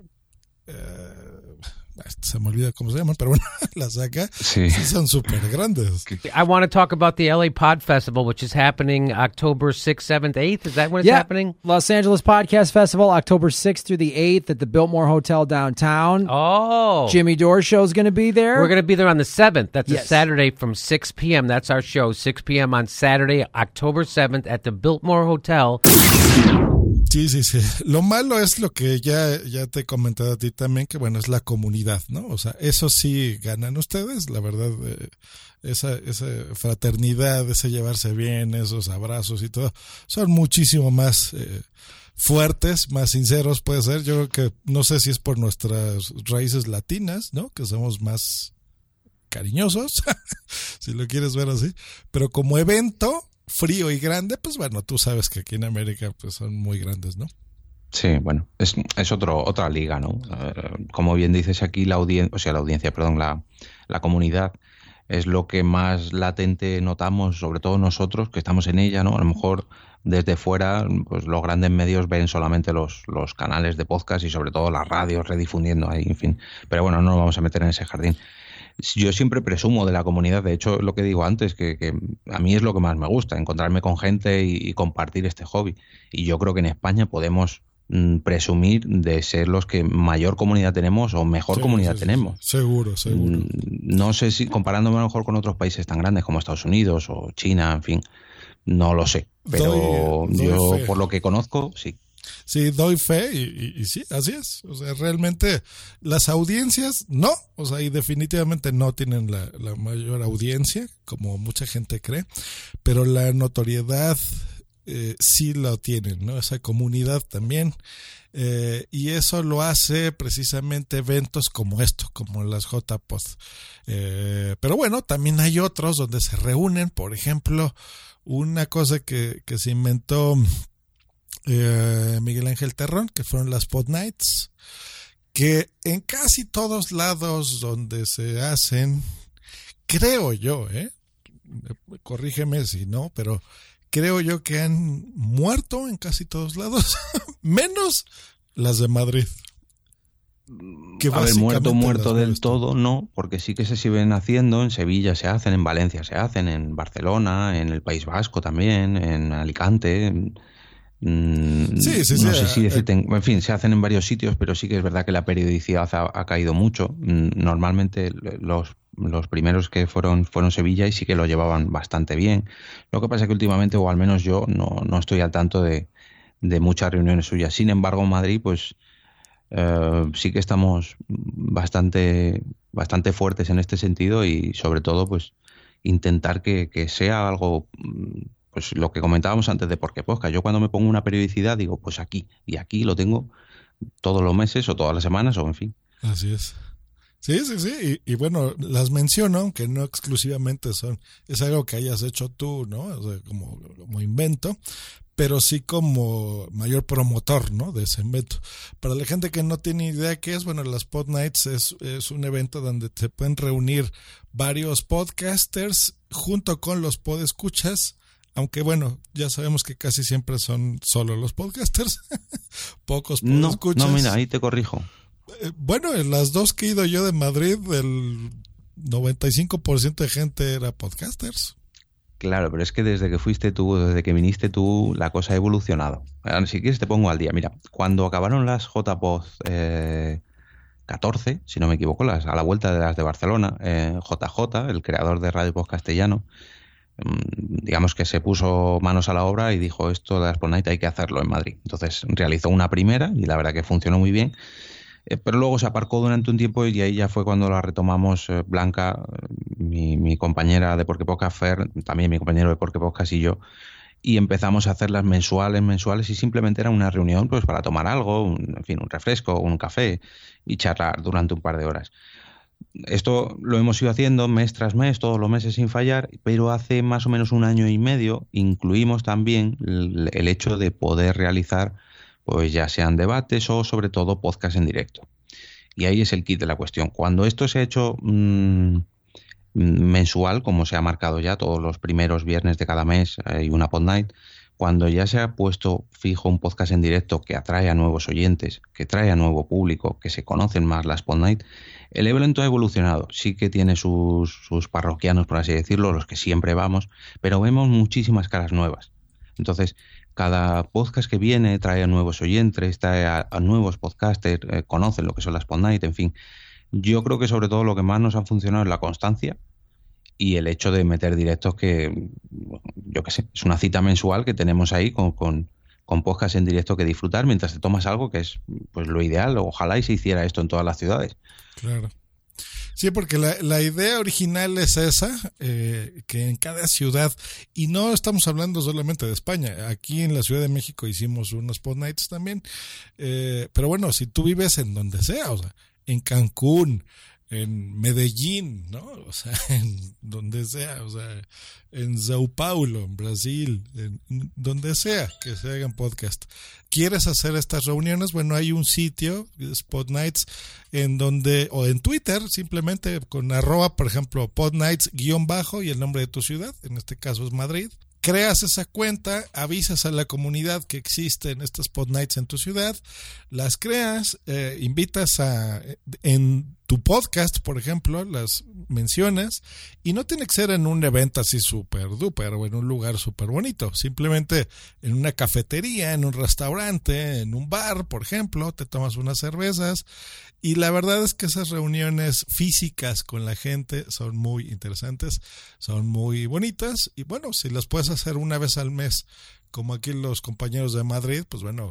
se me olvida cómo se llaman, pero bueno, las acá sí son súper grandes. I want to talk about the LA Pod Festival, which is happening October 6th, 7th, 8th. Is that when it's happening? Los Angeles Podcast Festival, October 6th through the 8th at the Biltmore Hotel downtown. Oh. Jimmy Dore Show's going to be there. We're going to be there on the 7th. That's a Saturday from 6 p.m. That's our show, 6 p.m. on Saturday, October 7th at the Biltmore Hotel. Sí. Lo malo es lo que ya te he comentado a ti también, que bueno, es la comunidad, ¿no? O sea, eso sí ganan ustedes, la verdad, esa fraternidad, ese llevarse bien, esos abrazos y todo, son muchísimo más fuertes, más sinceros puede ser. Yo creo que, no sé si es por nuestras raíces latinas, ¿no? Que somos más cariñosos, si lo quieres ver así, pero como evento frío y grande, pues bueno, tú sabes que aquí en América pues son muy grandes, ¿no? Sí, bueno, es otra liga, ¿no? Como bien dices aquí, la comunidad es lo que más latente notamos, sobre todo nosotros que estamos en ella, ¿no? A lo mejor desde fuera, pues los grandes medios ven solamente los canales de podcast y sobre todo las radios redifundiendo ahí, en fin. Pero bueno, no nos vamos a meter en ese jardín. Yo siempre presumo de la comunidad, de hecho lo que digo antes, que a mí es lo que más me gusta, encontrarme con gente y compartir este hobby. Y yo creo que en España podemos presumir de ser los que mayor comunidad tenemos o mejor comunidad tenemos. Seguro. No sé si comparándome a lo mejor con otros países tan grandes como Estados Unidos o China, en fin, no lo sé. Pero yo por lo que conozco, sí. Sí, doy fe y sí, así es. O sea, realmente las audiencias no, o sea, y definitivamente no tienen la mayor audiencia, como mucha gente cree, pero la notoriedad sí lo tienen, ¿no? Esa comunidad también. Y eso lo hace precisamente eventos como esto, como las JPod. Pero bueno, también hay otros donde se reúnen, por ejemplo, una cosa que se inventó Miguel Ángel Terrón, que fueron las Pod Nights, que en casi todos lados donde se hacen, creo yo, corrígeme si no, pero creo yo que han muerto en casi todos lados, menos las de Madrid. Que a ver, muerto del todo no, porque sí que se siguen haciendo. En Sevilla se hacen, en Valencia se hacen, en Barcelona, en el País Vasco también, en Alicante. No sé si decirte, en fin, se hacen en varios sitios, pero sí que es verdad que la periodicidad ha caído mucho. Normalmente los primeros que fueron Sevilla y sí que lo llevaban bastante bien. Lo que pasa es que últimamente, o al menos yo, no estoy al tanto de muchas reuniones suyas. Sin embargo, en Madrid, pues sí que estamos bastante fuertes en este sentido y sobre todo, pues intentar que sea algo, pues lo que comentábamos antes de Porque Podcast. Yo cuando me pongo una periodicidad digo, pues aquí, y aquí lo tengo todos los meses o todas las semanas o en fin. Así es. Sí. Y bueno, las menciono, aunque no exclusivamente es algo que hayas hecho tú, ¿no? O sea, como invento, pero sí como mayor promotor, ¿no? De ese invento. Para la gente que no tiene idea qué es, bueno, las Pod Nights es un evento donde se pueden reunir varios podcasters junto con los podescuchas, aunque bueno, ya sabemos que casi siempre son solo los podcasters, pocos podescuchas. No, mira, ahí te corrijo. Bueno, en las dos que he ido yo de Madrid, el 95% de gente era podcasters. Claro, pero es que desde que viniste tú, la cosa ha evolucionado. Ahora, si quieres te pongo al día. Mira, cuando acabaron las JPod 14, si no me equivoco, a la vuelta de las de Barcelona, JJ, el creador de Radio Post Castellano, digamos que se puso manos a la obra y dijo, esto de las Pod Night hay que hacerlo en Madrid. Entonces realizó una primera y la verdad que funcionó muy bien. Pero luego se aparcó durante un tiempo y ahí ya fue cuando la retomamos Blanca, mi compañera de Porque Podcast, Fer, también mi compañero de Porque Podcast y yo, y empezamos a hacerlas mensuales y simplemente era una reunión pues para tomar algo, un refresco, un café y charlar durante un par de horas. Esto lo hemos ido haciendo mes tras mes, todos los meses sin fallar, pero hace más o menos 1 año y medio incluimos también el hecho de poder realizar pues ya sean debates o sobre todo podcast en directo. Y ahí es el kit de la cuestión. Cuando esto se ha hecho mensual, como se ha marcado ya todos los primeros viernes de cada mes hay una Pod Night, cuando ya se ha puesto fijo un podcast en directo que atrae a nuevos oyentes, que trae a nuevo público, que se conocen más las Pod Night, el evento ha evolucionado. Sí que tiene sus parroquianos, por así decirlo, los que siempre vamos, pero vemos muchísimas caras nuevas. Entonces, cada podcast que viene trae a nuevos oyentes, trae a nuevos podcasters, conocen lo que son las Pod Night, en fin. Yo creo que sobre todo lo que más nos ha funcionado es la constancia y el hecho de meter directos que, yo qué sé, es una cita mensual que tenemos ahí con podcast en directo que disfrutar mientras te tomas algo, que es pues lo ideal. Ojalá y se hiciera esto en todas las ciudades. Claro. Sí, porque la idea original es esa, que en cada ciudad, y no estamos hablando solamente de España, aquí en la Ciudad de México hicimos unos Pod Nights también, pero bueno, si tú vives en donde sea, o sea, en Cancún, en Medellín, ¿no? O sea, en donde sea, o sea, en Sao Paulo, en Brasil, en donde sea que se hagan podcast. ¿Quieres hacer estas reuniones? Bueno, hay un sitio, Pod Nights, en donde, o en Twitter, simplemente con @, por ejemplo, Pod Nights _ y el nombre de tu ciudad, en este caso es Madrid. Creas esa cuenta, avisas a la comunidad que existen estas Pod Nights en tu ciudad, las creas, invitas en tu podcast, por ejemplo, las mencionas, y no tiene que ser en un evento así súper duper o en un lugar súper bonito, simplemente en una cafetería, en un restaurante, en un bar, por ejemplo, te tomas unas cervezas, y la verdad es que esas reuniones físicas con la gente son muy interesantes, son muy bonitas, y bueno, si las puedes hacer una vez al mes, como aquí los compañeros de Madrid, pues bueno,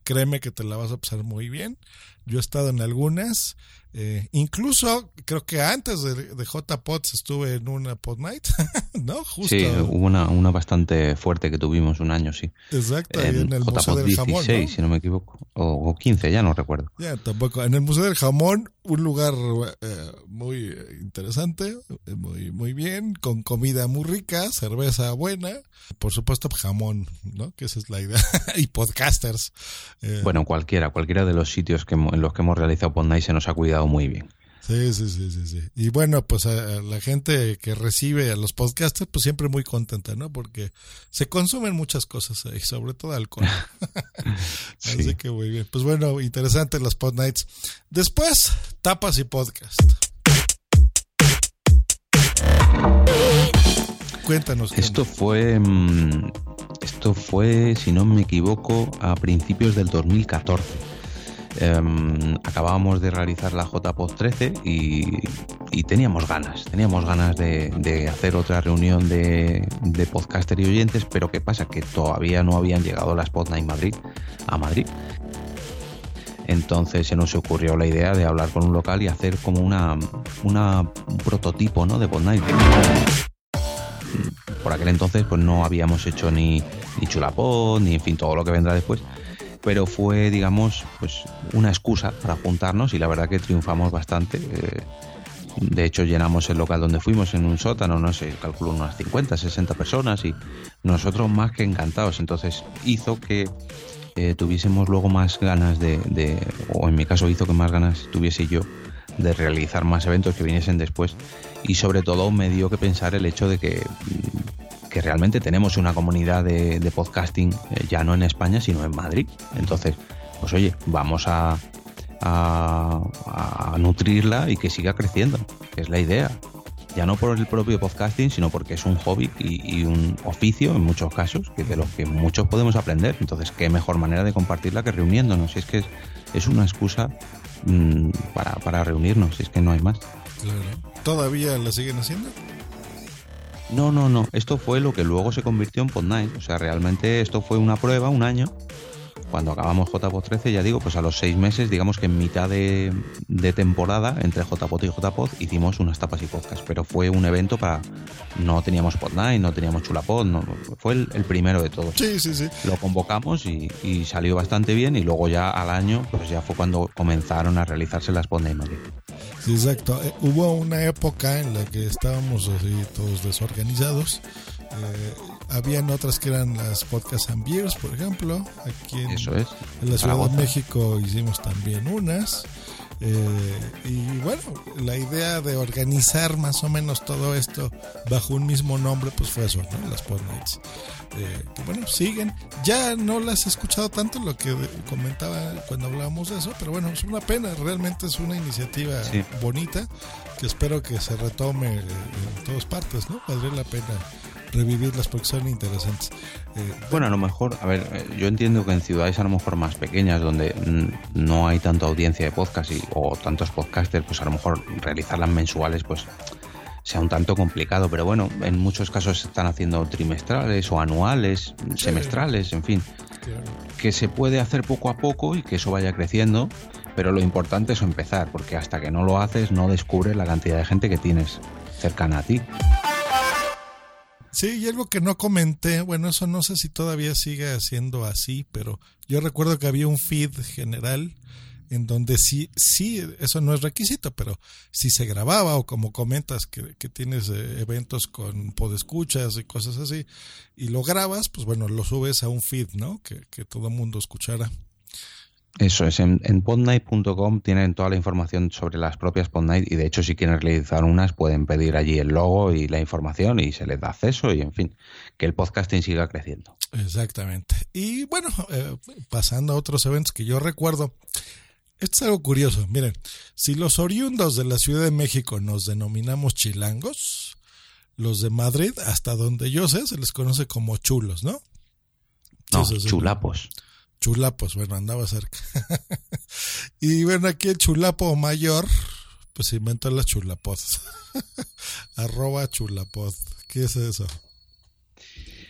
créeme que te la vas a pasar muy bien. Yo he estado en algunas, incluso creo que antes de JPods estuve en una Pod Night, ¿no? Justo. Sí, hubo una bastante fuerte que tuvimos un año, sí. Exacto, en el Museo del 16, Jamón, ¿no? si no me equivoco, o 15, ya no recuerdo. Ya, tampoco. En el Museo del Jamón, un lugar muy interesante, muy, muy bien, con comida muy rica, cerveza buena, por supuesto jamón, ¿no? Que esa es la idea, y podcasters. Bueno, cualquiera de los sitios en los que hemos realizado Pod Night se nos ha cuidado muy bien. Sí. Y bueno, pues a la gente que recibe a los podcasters, pues siempre muy contenta, ¿no? Porque se consumen muchas cosas ahí, sobre todo alcohol. Sí. Así que muy bien. Pues bueno, interesantes las Pod Nights. Después, tapas y podcast. Cuéntanos. Esto fue, si no me equivoco, a principios del 2014. Acabábamos de realizar la JPod 13 y teníamos ganas de hacer otra reunión de podcaster y oyentes, pero ¿qué pasa? Que todavía no habían llegado las Pod Night a Madrid. Entonces se nos ocurrió la idea de hablar con un local y hacer como un prototipo, ¿no?, de Pod Night. Por aquel entonces pues no habíamos hecho ni Chulapod, ni en fin, todo lo que vendrá después. Pero fue, digamos, pues una excusa para juntarnos y la verdad que triunfamos bastante. De hecho, llenamos el local donde fuimos en un sótano, no sé, calculo unas 50, 60 personas y nosotros más que encantados. Entonces hizo que tuviésemos luego más ganas o en mi caso hizo que más ganas tuviese yo de realizar más eventos que viniesen después. Y sobre todo me dio que pensar el hecho de que realmente tenemos una comunidad de podcasting ya no en España sino en Madrid. Entonces, pues oye, vamos a nutrirla y que siga creciendo, que es la idea. Ya no por el propio podcasting, sino porque es un hobby y un oficio en muchos casos, que de los que muchos podemos aprender. Entonces, qué mejor manera de compartirla que reuniéndonos. Es que es una excusa para reunirnos, es que no hay más. Claro. ¿Todavía la siguen haciendo? No. Esto fue lo que luego se convirtió en Pod Night. O sea, realmente esto fue una prueba, un año. Cuando acabamos JPod 13, ya digo, pues a los 6 meses, digamos que en mitad de temporada, entre JPod y JPod, hicimos unas tapas y podcast. Pero fue un evento no teníamos Pod Night, no teníamos Chulapod, no, fue el primero de todos. Sí. Lo convocamos y salió bastante bien, y luego ya al año, pues ya fue cuando comenzaron a realizarse las Pod Night Madrid. Sí, exacto. Hubo una época en la que estábamos así todos desorganizados. Habían otras que eran las Podcast and Beers, por ejemplo. Aquí en la Ciudad de México hicimos también unas. Y bueno, la idea de organizar más o menos todo esto bajo un mismo nombre, pues fue eso, ¿no? Las Pod Nights. Que bueno, siguen. Ya no las he escuchado tanto, lo que comentaba cuando hablábamos de eso, pero bueno, es una pena. Realmente es una iniciativa bonita que espero que se retome en todas partes, ¿no? Valdría la pena revivirlas porque son interesantes. Bueno, a lo mejor, a ver, yo entiendo que en ciudades a lo mejor más pequeñas, donde no hay tanta audiencia de podcast o tantos podcasters, pues a lo mejor realizarlas mensuales pues sea un tanto complicado, pero bueno, en muchos casos se están haciendo trimestrales o anuales, semestrales, en fin, que se puede hacer poco a poco y que eso vaya creciendo, pero lo importante es empezar, porque hasta que no lo haces no descubres la cantidad de gente que tienes cercana a ti. Sí, y algo que no comenté, bueno, eso no sé si todavía sigue siendo así, pero yo recuerdo que había un feed general en donde sí, eso no es requisito, pero si se grababa o como comentas que tienes eventos con podescuchas y cosas así, y lo grabas, pues bueno, lo subes a un feed, ¿no? Que todo el mundo escuchara. Eso es, en podnight.com tienen toda la información sobre las propias Pod Night y de hecho si quieren realizar unas pueden pedir allí el logo y la información y se les da acceso y en fin, que el podcasting siga creciendo. Exactamente. Y bueno, pasando a otros eventos que yo recuerdo, esto es algo curioso, miren, si los oriundos de la Ciudad de México nos denominamos chilangos, los de Madrid, hasta donde yo sé, se les conoce como chulos, ¿no? No, chulapos. Chulapos, bueno, andaba cerca. Y bueno, aquí el chulapo mayor, pues inventó la Chulapod. @Chulapod. ¿Qué es eso?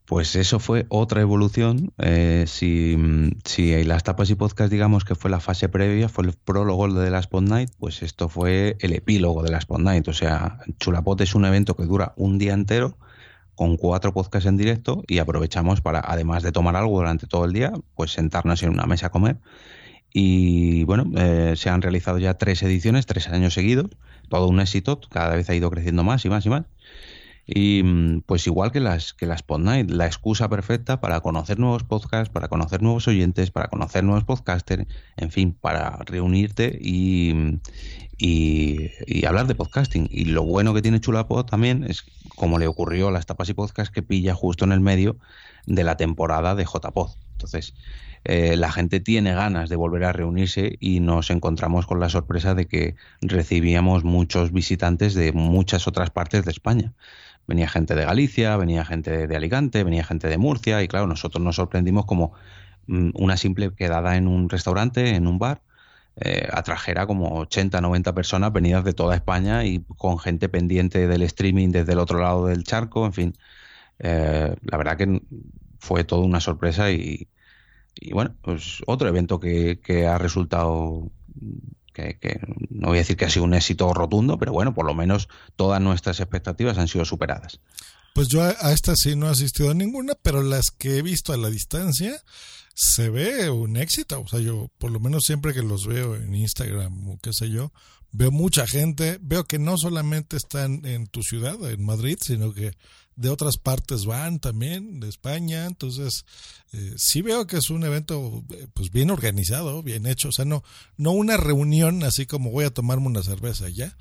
Pues eso fue otra evolución. Si las tapas y podcast, digamos que fue la fase previa, fue el prólogo de la Spot Night, pues esto fue el epílogo de la Spot Night. O sea, Chulapot es un evento que dura un día entero con 4 podcasts en directo y aprovechamos para, además de tomar algo durante todo el día, pues sentarnos en una mesa a comer. Y bueno, se han realizado ya 3 ediciones, 3 años seguidos, todo un éxito, cada vez ha ido creciendo más y más y más. Y pues igual que las Spot Night, la excusa perfecta para conocer nuevos podcasts, para conocer nuevos oyentes, para conocer nuevos podcasters, en fin, para reunirte y hablar de podcasting. Y lo bueno que tiene Chulapot también es, como le ocurrió a las tapas y podcasts, que pilla justo en el medio de la temporada de JPod. Entonces, la gente tiene ganas de volver a reunirse y nos encontramos con la sorpresa de que recibíamos muchos visitantes de muchas otras partes de España. Venía gente de Galicia, venía gente de Alicante, venía gente de Murcia y claro, nosotros nos sorprendimos como una simple quedada en un restaurante, en un bar, atrajera como 80, 90 personas venidas de toda España y con gente pendiente del streaming desde el otro lado del charco, en fin. La verdad que fue toda una sorpresa y bueno, pues otro evento que ha resultado... Que no voy a decir que ha sido un éxito rotundo, pero bueno, por lo menos todas nuestras expectativas han sido superadas. Pues yo a esta sí no he asistido a ninguna, pero las que he visto a la distancia se ve un éxito. O sea, yo por lo menos siempre que los veo en Instagram o qué sé yo, veo mucha gente, veo que no solamente están en tu ciudad, en Madrid, sino que de otras partes van también, de España. Entonces sí veo que es un evento pues bien organizado, bien hecho. O sea, no una reunión así como voy a tomarme una cerveza ya,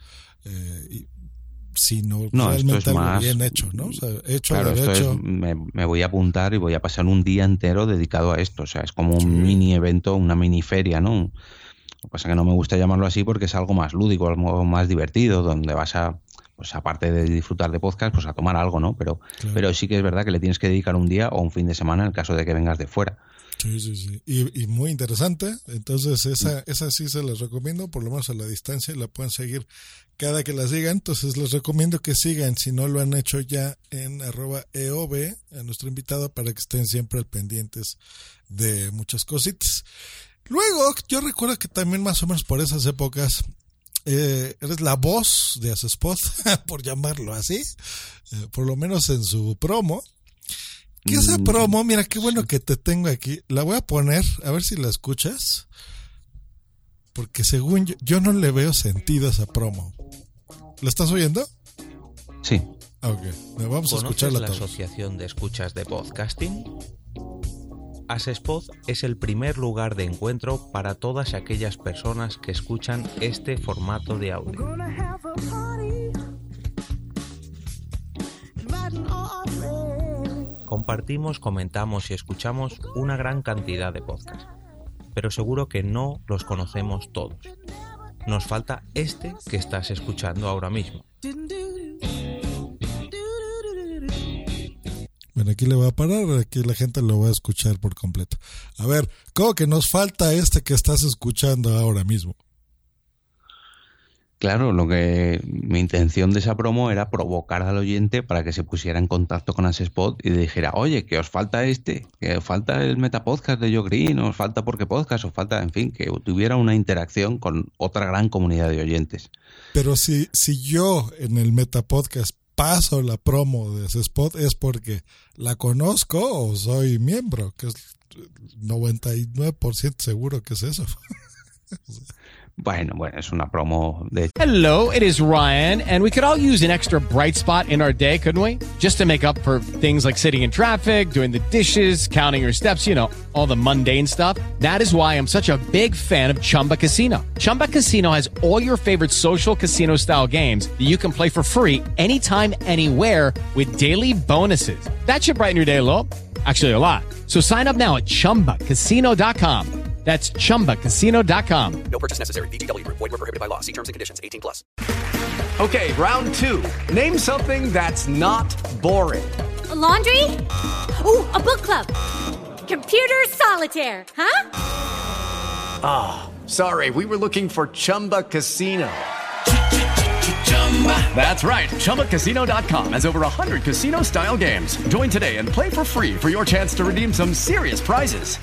sino realmente algo más bien hecho, ¿no? O sea, hecho, claro, derecho. Me voy a apuntar y voy a pasar un día entero dedicado a esto. O sea, es como un mini evento, una mini feria, ¿no? Lo que pasa es que no me gusta llamarlo así porque es algo más lúdico, algo más divertido, donde vas a, pues aparte de disfrutar de podcast, pues a tomar algo, ¿no? Pero sí que es verdad que le tienes que dedicar un día o un fin de semana en el caso de que vengas de fuera. Sí. Y muy interesante. Entonces esa sí se las recomiendo, por lo menos a la distancia la pueden seguir cada que la sigan. Entonces les recomiendo que sigan, si no lo han hecho ya, en @EOB a nuestro invitado, para que estén siempre al pendientes de muchas cositas. Luego, yo recuerdo que también más o menos por esas épocas eres la voz de Asespod, por llamarlo así, por lo menos en su promo. Que esa promo, mira qué bueno que te tengo aquí, la voy a poner, a ver si la escuchas, porque según yo no le veo sentido a esa promo. ¿La estás oyendo? Sí. Ok, vamos a escucharla. ¿Conoces la Asociación de Escuchas de Podcasting? Asespod es el primer lugar de encuentro para todas aquellas personas que escuchan este formato de audio. Compartimos, comentamos y escuchamos una gran cantidad de podcasts, pero seguro que no los conocemos todos. Nos falta este que estás escuchando ahora mismo. Bueno, aquí le voy a parar, aquí la gente lo va a escuchar por completo. A ver, ¿cómo que nos falta este que estás escuchando ahora mismo? Claro, mi intención de esa promo era provocar al oyente para que se pusiera en contacto con Asespod y dijera, oye, que os falta que os falta el Metapodcast de Joe Green, os falta Porque Podcast, os falta, en fin, que tuviera una interacción con otra gran comunidad de oyentes. Pero si yo en el Metapodcast paso la promo de Asespod, ¿es porque la conozco o soy miembro? Que es 99% seguro que es eso. Bueno, es una promo de... Hello, it is Ryan, and we could all use an extra bright spot in our day, couldn't we? Just to make up for things like sitting in traffic, doing the dishes, counting your steps, you know, all the mundane stuff. That is why I'm such a big fan of Chumba Casino. Chumba Casino has all your favorite social casino-style games that you can play for free anytime, anywhere with daily bonuses. That should brighten your day a little. Actually, a lot. So sign up now at ChumbaCasino.com. That's ChumbaCasino.com. No purchase necessary. VGW Group. Void where prohibited by law. See terms and conditions. 18+. Okay, round 2. Name something that's not boring. A laundry? Ooh, a book club. Computer solitaire, huh? Ah, sorry. We were looking for Chumba Casino. That's right. ChumbaCasino.com has over 100 casino-style games. Join today and play for free for your chance to redeem some serious prizes.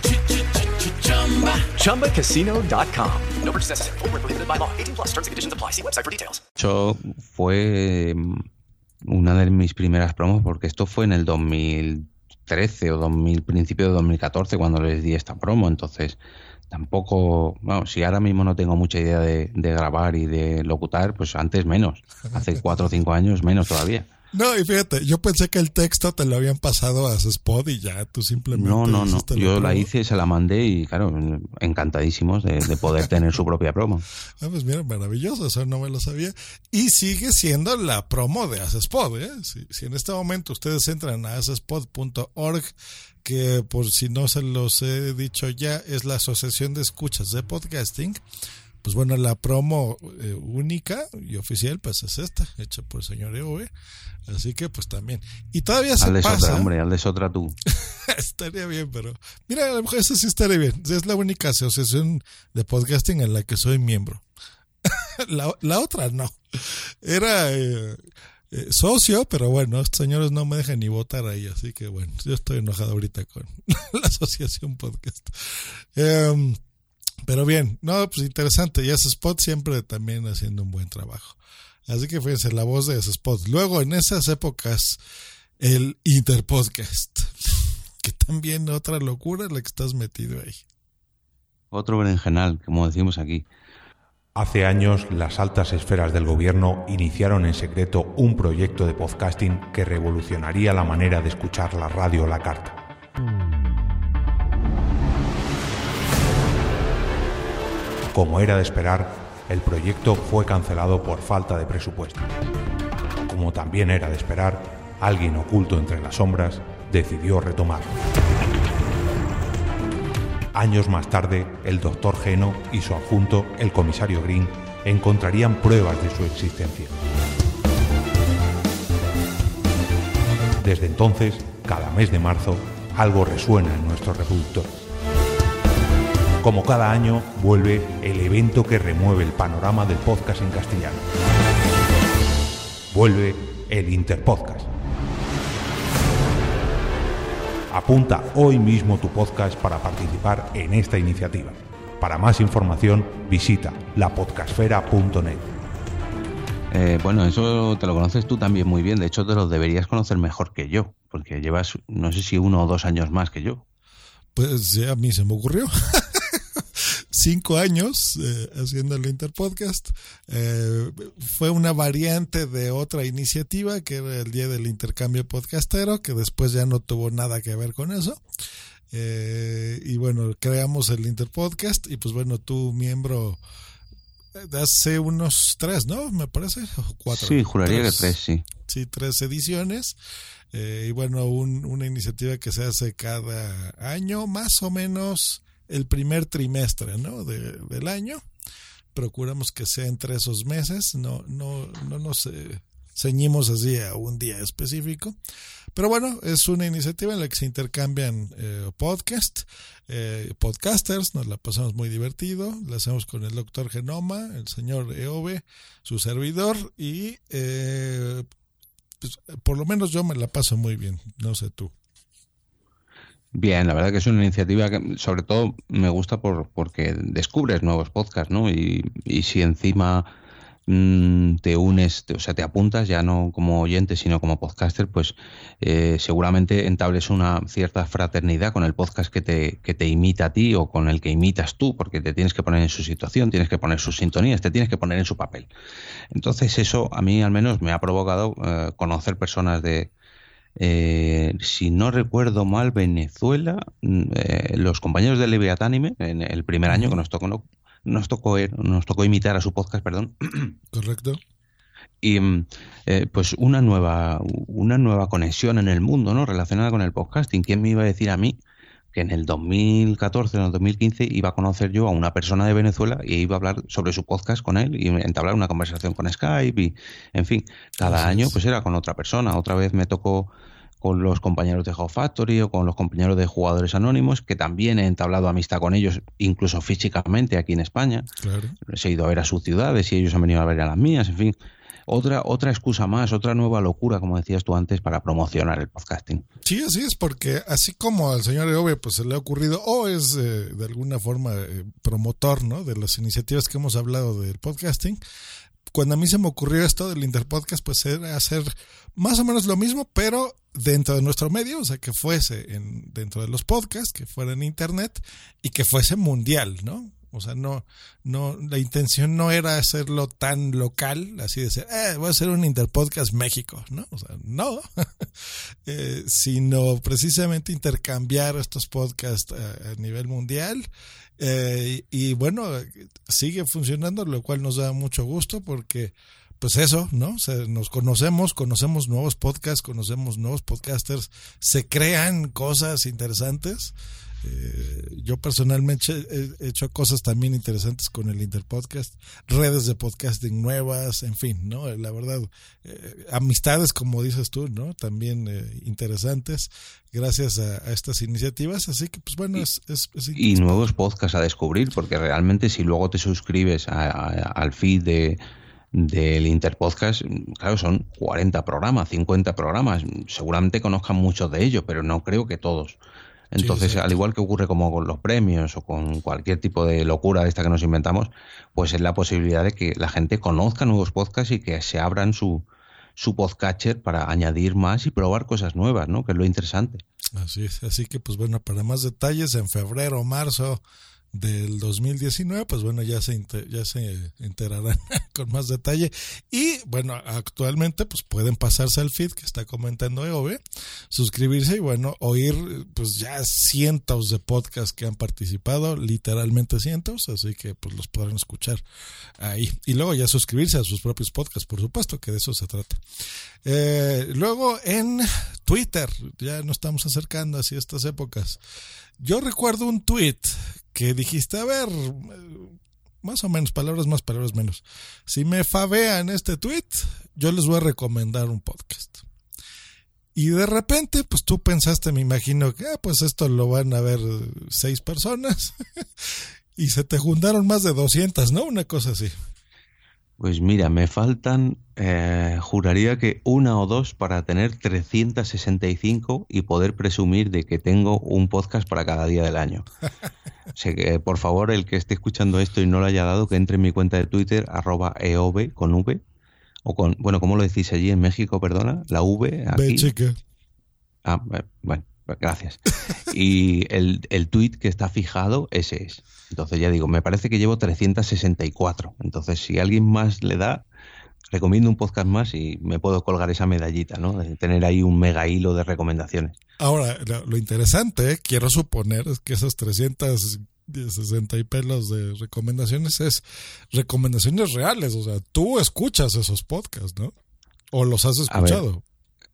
ChumbaCasino.com. No purchase necessary. Void where prohibited by law. 18+ terms and conditions apply. See website for details. Fue una de mis primeras promos porque esto fue en el 2013 o principio de 2014 cuando les di esta promo. Entonces tampoco, bueno, si ahora mismo no tengo mucha idea de grabar y de locutar, pues antes menos. Hace 4 o 5 años menos todavía. No, y fíjate, yo pensé que el texto te lo habían pasado a Spot y ya tú simplemente... No. Yo la hice, se la mandé y claro, encantadísimos de poder tener su propia promo. Pues mira, maravilloso, eso no me lo sabía. Y sigue siendo la promo de Spot, ¿eh? Si en este momento ustedes entran a aspod.org, que por si no se los he dicho ya, es la Asociación de Escuchas de Podcasting, pues bueno, la promo única y oficial pues es esta, hecha por el señor EOB. Así que pues también. Y todavía se hazles pasa. Otra, hombre, hazles otra tú. Estaría bien, pero mira, a lo mejor eso sí estaría bien. Es la única asociación de podcasting en la que soy miembro. la otra no. Era socio, pero bueno, estos señores no me dejan ni votar ahí, así que bueno, yo estoy enojado ahorita con la asociación podcast. Pero bien, no, pues interesante. Y Spot siempre también haciendo un buen trabajo. Así que fíjense, la voz de Spot. Luego, en esas épocas, el Interpodcast. Que también otra locura la que estás metido ahí. Otro berenjenal, como decimos aquí. Hace años, las altas esferas del gobierno iniciaron en secreto un proyecto de podcasting que revolucionaría la manera de escuchar la radio a la carta. Como era de esperar, el proyecto fue cancelado por falta de presupuesto. Como también era de esperar, alguien oculto entre las sombras decidió retomarlo. Años más tarde, el Dr. Geno y su adjunto, el comisario Green, encontrarían pruebas de su existencia. Desde entonces, cada mes de marzo, algo resuena en nuestros reproductores. Como cada año, vuelve el evento que remueve el panorama del podcast en castellano. Vuelve el Interpodcast. Apunta hoy mismo tu podcast para participar en esta iniciativa. Para más información, visita lapodcastfera.net. Bueno, eso te lo conoces tú también muy bien. De hecho, te lo deberías conocer mejor que yo, porque llevas, no sé si 1 o 2 años más que yo. Pues a mí se me ocurrió. 5 años haciendo el Interpodcast. Fue una variante de otra iniciativa que era el Día del Intercambio Podcastero, que después ya no tuvo nada que ver con eso. Y bueno, creamos el Interpodcast y pues bueno, tú miembro de hace unos 3, ¿no? Me parece, o 4. Sí, juraría que 3, sí. Sí, 3 ediciones. Y bueno, una iniciativa que se hace cada año, más o menos el primer trimestre, ¿no? del año. Procuramos que sea entre esos meses, no nos ceñimos así a un día específico. Pero bueno, es una iniciativa en la que se intercambian podcasters, nos la pasamos muy divertido, la hacemos con el Dr. Genoma, el señor EOB, su servidor, y pues, por lo menos yo me la paso muy bien, no sé tú. Bien, la verdad que es una iniciativa que sobre todo me gusta porque descubres nuevos podcasts, ¿no? Y si encima te unes, o sea, te apuntas ya no como oyente sino como podcaster, pues seguramente entables una cierta fraternidad con el podcast que te imita a ti o con el que imitas tú, porque te tienes que poner en su situación, tienes que poner sus sintonías, te tienes que poner en su papel. Entonces eso a mí al menos me ha provocado conocer personas de... si no recuerdo mal, Venezuela, los compañeros de Leviatánime, en el primer año que nos tocó imitar a su podcast, perdón. Correcto. Y pues una nueva conexión en el mundo, ¿no? Relacionada con el podcasting. ¿Quién me iba a decir a mí que en el 2014 o en el 2015 iba a conocer yo a una persona de Venezuela y iba a hablar sobre su podcast con él y entablar una conversación con Skype y, en fin, cada año pues era con otra persona. Otra vez me tocó con los compañeros de How Factory o con los compañeros de Jugadores Anónimos, que también he entablado amistad con ellos, incluso físicamente aquí en España. Claro. Les he ido a ver a sus ciudades y ellos han venido a ver a las mías, en fin. otra excusa más, otra nueva locura, como decías tú antes, para promocionar el podcasting. Sí, así es, porque así como al señor Eove pues se le ha ocurrido, o es de alguna forma promotor, ¿no?, de las iniciativas que hemos hablado del podcasting, cuando a mí se me ocurrió esto del Interpodcast, pues era hacer más o menos lo mismo, pero dentro de nuestro medio, o sea, que fuese dentro de los podcasts, que fuera en internet y que fuese mundial, ¿no? O sea, no, la intención no era hacerlo tan local, así de decir, voy a hacer un Interpodcast México, ¿no? O sea, no, sino precisamente intercambiar estos podcasts a nivel mundial. Y bueno, sigue funcionando, lo cual nos da mucho gusto porque, pues eso, ¿no? O sea, nos conocemos nuevos podcasts, conocemos nuevos podcasters, se crean cosas interesantes. Yo personalmente he hecho cosas también interesantes con el Interpodcast, redes de podcasting nuevas, en fin, ¿no? La verdad, amistades, como dices tú, ¿no? También interesantes gracias a estas iniciativas, así que pues bueno, y nuevos podcasts a descubrir, porque realmente si luego te suscribes al feed del Interpodcast, claro, son 40 programas, 50 programas, seguramente conozcan muchos de ellos, pero no creo que todos. Entonces, sí, al igual que ocurre como con los premios o con cualquier tipo de locura esta que nos inventamos, pues es la posibilidad de que la gente conozca nuevos podcasts y que se abran su podcatcher para añadir más y probar cosas nuevas, ¿no? Que es lo interesante. Así es, así que pues bueno, para más detalles, en febrero o marzo del 2019, pues bueno, ya se enterarán con más detalle. Y bueno, actualmente pues pueden pasarse al feed que está comentando Eove, suscribirse y bueno, oír pues ya cientos de podcasts que han participado, literalmente cientos, así que pues los podrán escuchar ahí. Y luego ya suscribirse a sus propios podcasts, por supuesto, que de eso se trata. Luego en Twitter, ya nos estamos acercando hacia estas épocas. Yo recuerdo un tweet que dijiste, a ver, más o menos, palabras más, palabras menos. Si me favean este tweet, yo les voy a recomendar un podcast. Y de repente, pues tú pensaste, me imagino, que pues esto lo van a ver 6 personas. Y se te juntaron más de 200, ¿no? Una cosa así. Pues mira, me faltan, juraría que 1 o 2 para tener 365 y poder presumir de que tengo un podcast para cada día del año. O sea que, por favor, el que esté escuchando esto y no lo haya dado, que entre en mi cuenta de Twitter, @eove, con V, o con, bueno, ¿cómo lo decís allí en México, perdona? La V, aquí. Ve, chica. Bueno, gracias. Y el tweet que está fijado, ese es. Entonces ya digo, me parece que llevo 364. Entonces, si alguien más le da, recomiendo un podcast más y me puedo colgar esa medallita, ¿no? De tener ahí un mega hilo de recomendaciones. Ahora, lo interesante, quiero suponer, es que esos 360 y pelos de recomendaciones es recomendaciones reales. O sea, tú escuchas esos podcasts, ¿no? ¿O los has escuchado?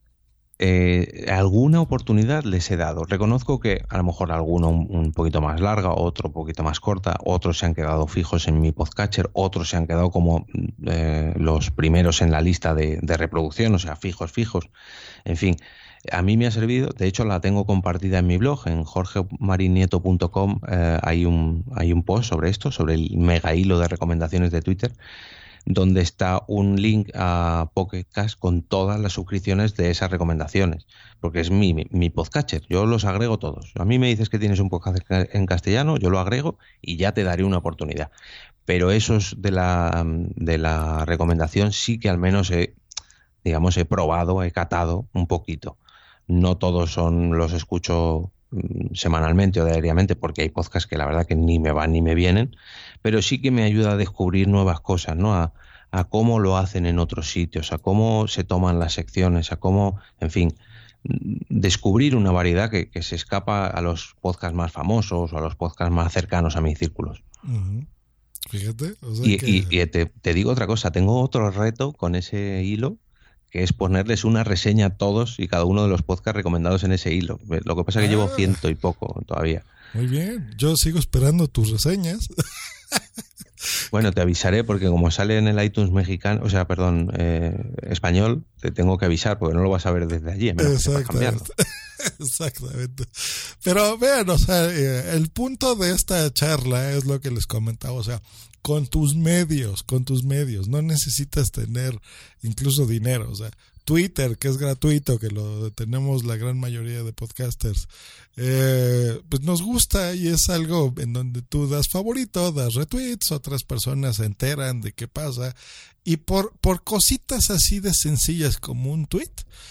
Alguna oportunidad les he dado. Reconozco que a lo mejor alguno un poquito más larga, otro un poquito más corta, otros se han quedado fijos en mi podcatcher, otros se han quedado como los primeros en la lista de reproducción, o sea, fijos. En fin, a mí me ha servido. De hecho, la tengo compartida en mi blog, en jorgemarinieto.com. Hay un post sobre esto, sobre el mega hilo de recomendaciones de Twitter, donde está un link a Pocket Cast con todas las suscripciones de esas recomendaciones, porque es mi podcatcher, yo los agrego todos. A mí me dices que tienes un podcast en castellano, yo lo agrego y ya te daré una oportunidad. Pero esos de la recomendación sí que al menos he probado, he catado un poquito. No todos los escucho semanalmente o diariamente, porque hay podcasts que la verdad que ni me van ni me vienen, pero sí que me ayuda a descubrir nuevas cosas, ¿no? A cómo lo hacen en otros sitios, a cómo se toman las secciones, a cómo, en fin, descubrir una variedad que se escapa a los podcasts más famosos o a los podcasts más cercanos a mis círculos. Uh-huh. Fíjate. O sea y te digo otra cosa, tengo otro reto con ese hilo, que es ponerles una reseña a todos y cada uno de los podcasts recomendados en ese hilo. Lo que pasa es que llevo 100 y poco todavía. Muy bien, yo sigo esperando tus reseñas. Bueno, te avisaré porque como sale en el iTunes mexicano, o sea, perdón, español, te tengo que avisar porque no lo vas a ver desde allí. Exacto. Exactamente. Pero vean, o sea, el punto de esta charla es lo que les comentaba, o sea, con tus medios, no necesitas tener incluso dinero, o sea, Twitter, que es gratuito, que lo tenemos la gran mayoría de podcasters, pues nos gusta y es algo en donde tú das favorito, das retweets, otras personas se enteran de qué pasa, y por cositas así de sencillas como un tweet,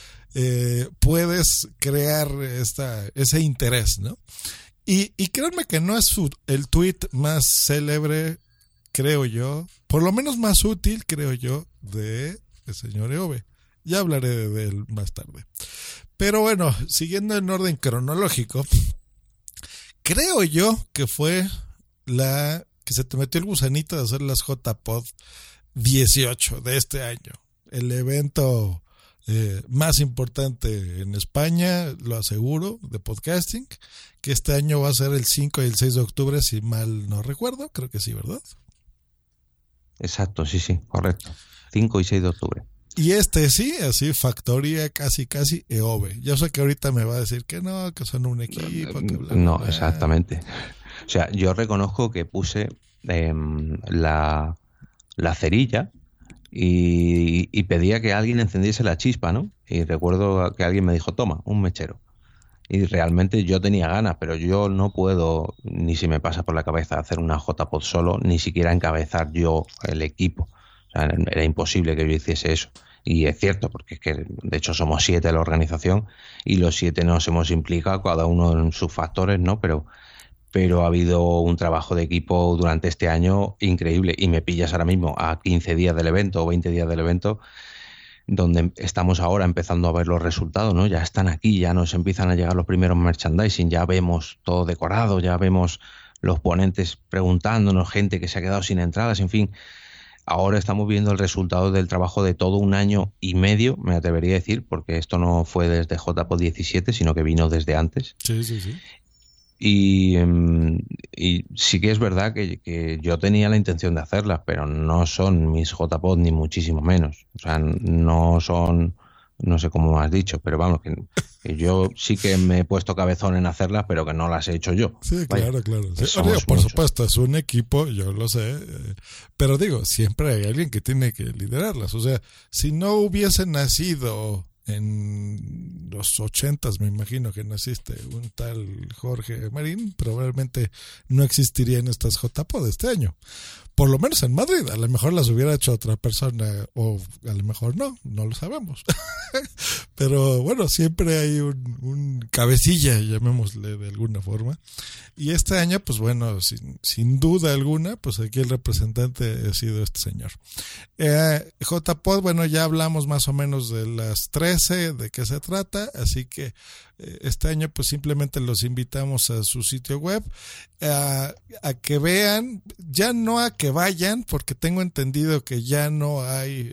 puedes crear ese interés, ¿no? Y créanme que no es el tweet más célebre, creo yo, por lo menos más útil, creo yo, de el señor Eove. Ya hablaré de él más tarde. Pero bueno, siguiendo en orden cronológico, creo yo que fue que se te metió el gusanito de hacer las JPod 18 de este año. El evento más importante en España, lo aseguro, de podcasting, que este año va a ser el 5 y el 6 de octubre, si mal no recuerdo. Creo que sí, ¿verdad? Exacto, sí, correcto. 5 y 6 de octubre. Y sí, así, factoría casi Eove. Yo sé que ahorita me va a decir que no, que son un equipo. Que bla, no, bla. Exactamente. O sea, yo reconozco que puse la cerilla y pedía que alguien encendiese la chispa, ¿no? Y recuerdo que alguien me dijo, toma, un mechero. Y realmente yo tenía ganas, pero yo no puedo, ni si me pasa por la cabeza hacer una JPod solo, ni siquiera encabezar yo el equipo. O sea, era imposible que yo hiciese eso. Y es cierto, porque es que de hecho somos 7 en la organización y los 7 nos hemos implicado, cada uno en sus factores, ¿no? Pero ha habido un trabajo de equipo durante este año increíble. Y me pillas ahora mismo a 15 días del evento o 20 días del evento, donde estamos ahora empezando a ver los resultados, ¿no? Ya están aquí, ya nos empiezan a llegar los primeros merchandising, ya vemos todo decorado, ya vemos los ponentes preguntándonos, gente que se ha quedado sin entradas, en fin. Ahora estamos viendo el resultado del trabajo de todo un año y medio, me atrevería a decir, porque esto no fue desde JPod 17, sino que vino desde antes. Sí. Y sí que es verdad que yo tenía la intención de hacerlas, pero no son mis JPod ni muchísimo menos. O sea, no son, no sé cómo has dicho, pero vamos, que yo sí que me he puesto cabezón en hacerlas, pero que no las he hecho yo. Sí, claro. Sí, por supuesto, es un equipo, yo lo sé, pero digo, siempre hay alguien que tiene que liderarlas. O sea, si no hubiese nacido en los 80s, me imagino que naciste, un tal Jorge Marín, probablemente no existirían estas JPod de este año. Por lo menos en Madrid, a lo mejor las hubiera hecho otra persona, o a lo mejor no lo sabemos. Pero bueno, siempre hay un cabecilla, llamémosle de alguna forma. Y este año, pues bueno, sin duda alguna, pues aquí el representante ha sido este señor. JPod, bueno, ya hablamos más o menos de las 13, de qué se trata, así que este año pues simplemente los invitamos a su sitio web, a que vean, ya no a que vayan, porque tengo entendido que ya no hay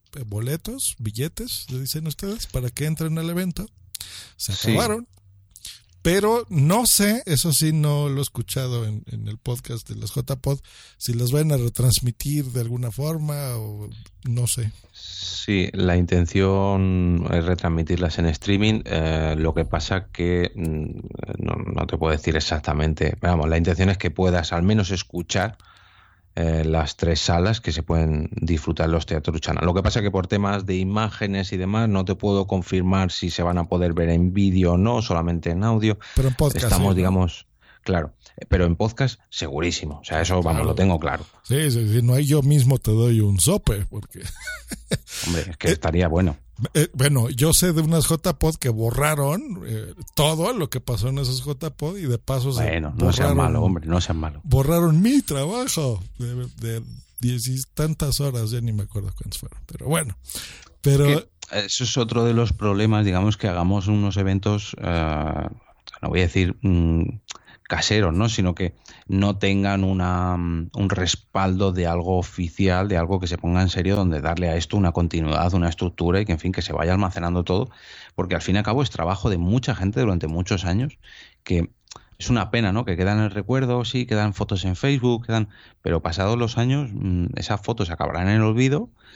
billetes, le dicen ustedes, para que entren al evento. Se acabaron. Sí. Pero no sé, eso sí no lo he escuchado en el podcast de las JPod, si las van a retransmitir de alguna forma o no sé. Sí, la intención es retransmitirlas en streaming, lo que pasa que no te puedo decir exactamente, vamos, la intención es que puedas al menos escuchar las 3 salas que se pueden disfrutar en los Teatro Luchana. Lo que pasa que por temas de imágenes y demás no te puedo confirmar si se van a poder ver en vídeo o no, solamente en audio. Pero en podcast. Estamos, digamos, claro, pero en podcast segurísimo. O sea, eso, vamos, lo tengo claro. Sí, no hay, yo mismo te doy un sope, porque... Hombre, es que estaría bueno. Bueno, yo sé de unas JPod que borraron todo lo que pasó en esas JPod y de paso no sean malo, hombre, no sean malo. Borraron mi trabajo de 10 y tantas horas, ya ni me acuerdo cuántas fueron, pero bueno. Pero eso es otro de los problemas, digamos, que hagamos unos eventos, no voy a decir caseros, ¿no? Sino que no tengan un respaldo de algo oficial, de algo que se ponga en serio, donde darle a esto una continuidad, una estructura y que, en fin, que se vaya almacenando todo, porque al fin y al cabo es trabajo de mucha gente durante muchos años, que es una pena, ¿no? Que quedan en el recuerdo, sí, quedan fotos en Facebook, pero pasados los años esas fotos acabarán en el olvido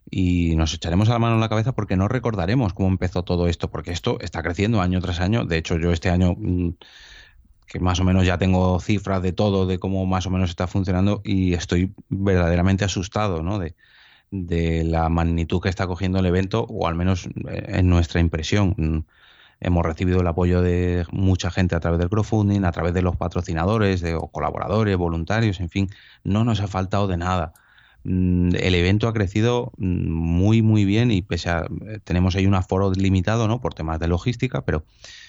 y nos echaremos a la mano en la cabeza porque no recordaremos cómo empezó todo esto, porque esto está creciendo año tras año. De hecho, yo este año, que más o menos ya tengo cifras de todo, de cómo más o menos está funcionando, y estoy verdaderamente asustado, ¿no? de la magnitud que está cogiendo el evento, o al menos en nuestra impresión. Hemos recibido el apoyo de mucha gente a través del crowdfunding, a través de los patrocinadores, o colaboradores, voluntarios, en fin, no nos ha faltado de nada. El evento ha crecido muy, muy bien, y pese a tenemos ahí un aforo limitado, ¿no? Por temas de logística, pero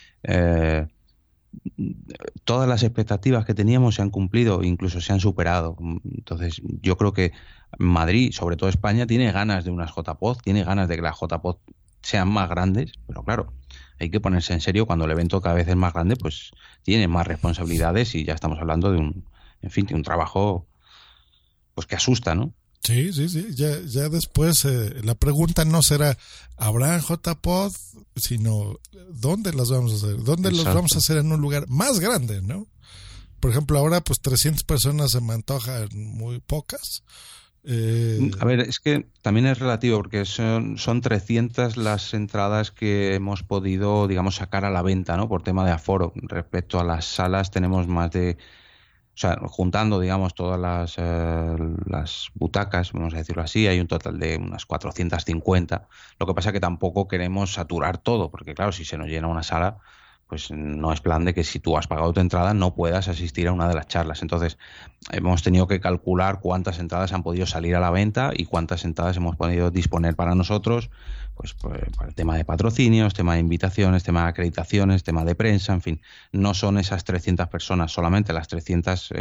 todas las expectativas que teníamos se han cumplido, incluso se han superado. Entonces, yo creo que Madrid, sobre todo España, tiene ganas de unas JPod, tiene ganas de que las JPod sean más grandes, pero claro, hay que ponerse en serio. Cuando el evento cada vez es más grande, pues tiene más responsabilidades, y ya estamos hablando de un trabajo pues que asusta, ¿no? Sí. Ya después la pregunta no será ¿habrán JPod? Sino ¿dónde las vamos a hacer? ¿Dónde Exacto. los vamos a hacer en un lugar más grande, ¿no? Por ejemplo, ahora pues 300 personas se me antojan muy pocas. A ver, es que también es relativo, porque son 300 las entradas que hemos podido, digamos, sacar a la venta, ¿no? Por tema de aforo. Respecto a las salas tenemos más de... O sea, juntando, digamos, todas las butacas, vamos a decirlo así, hay un total de unas 450. Lo que pasa es que tampoco queremos saturar todo, porque claro, si se nos llena una sala, pues no es plan de que si tú has pagado tu entrada no puedas asistir a una de las charlas. Entonces, hemos tenido que calcular cuántas entradas han podido salir a la venta y cuántas entradas hemos podido disponer para nosotros, pues para el tema de patrocinios, tema de invitaciones, tema de acreditaciones, tema de prensa, en fin. No son esas 300 personas, solamente las 300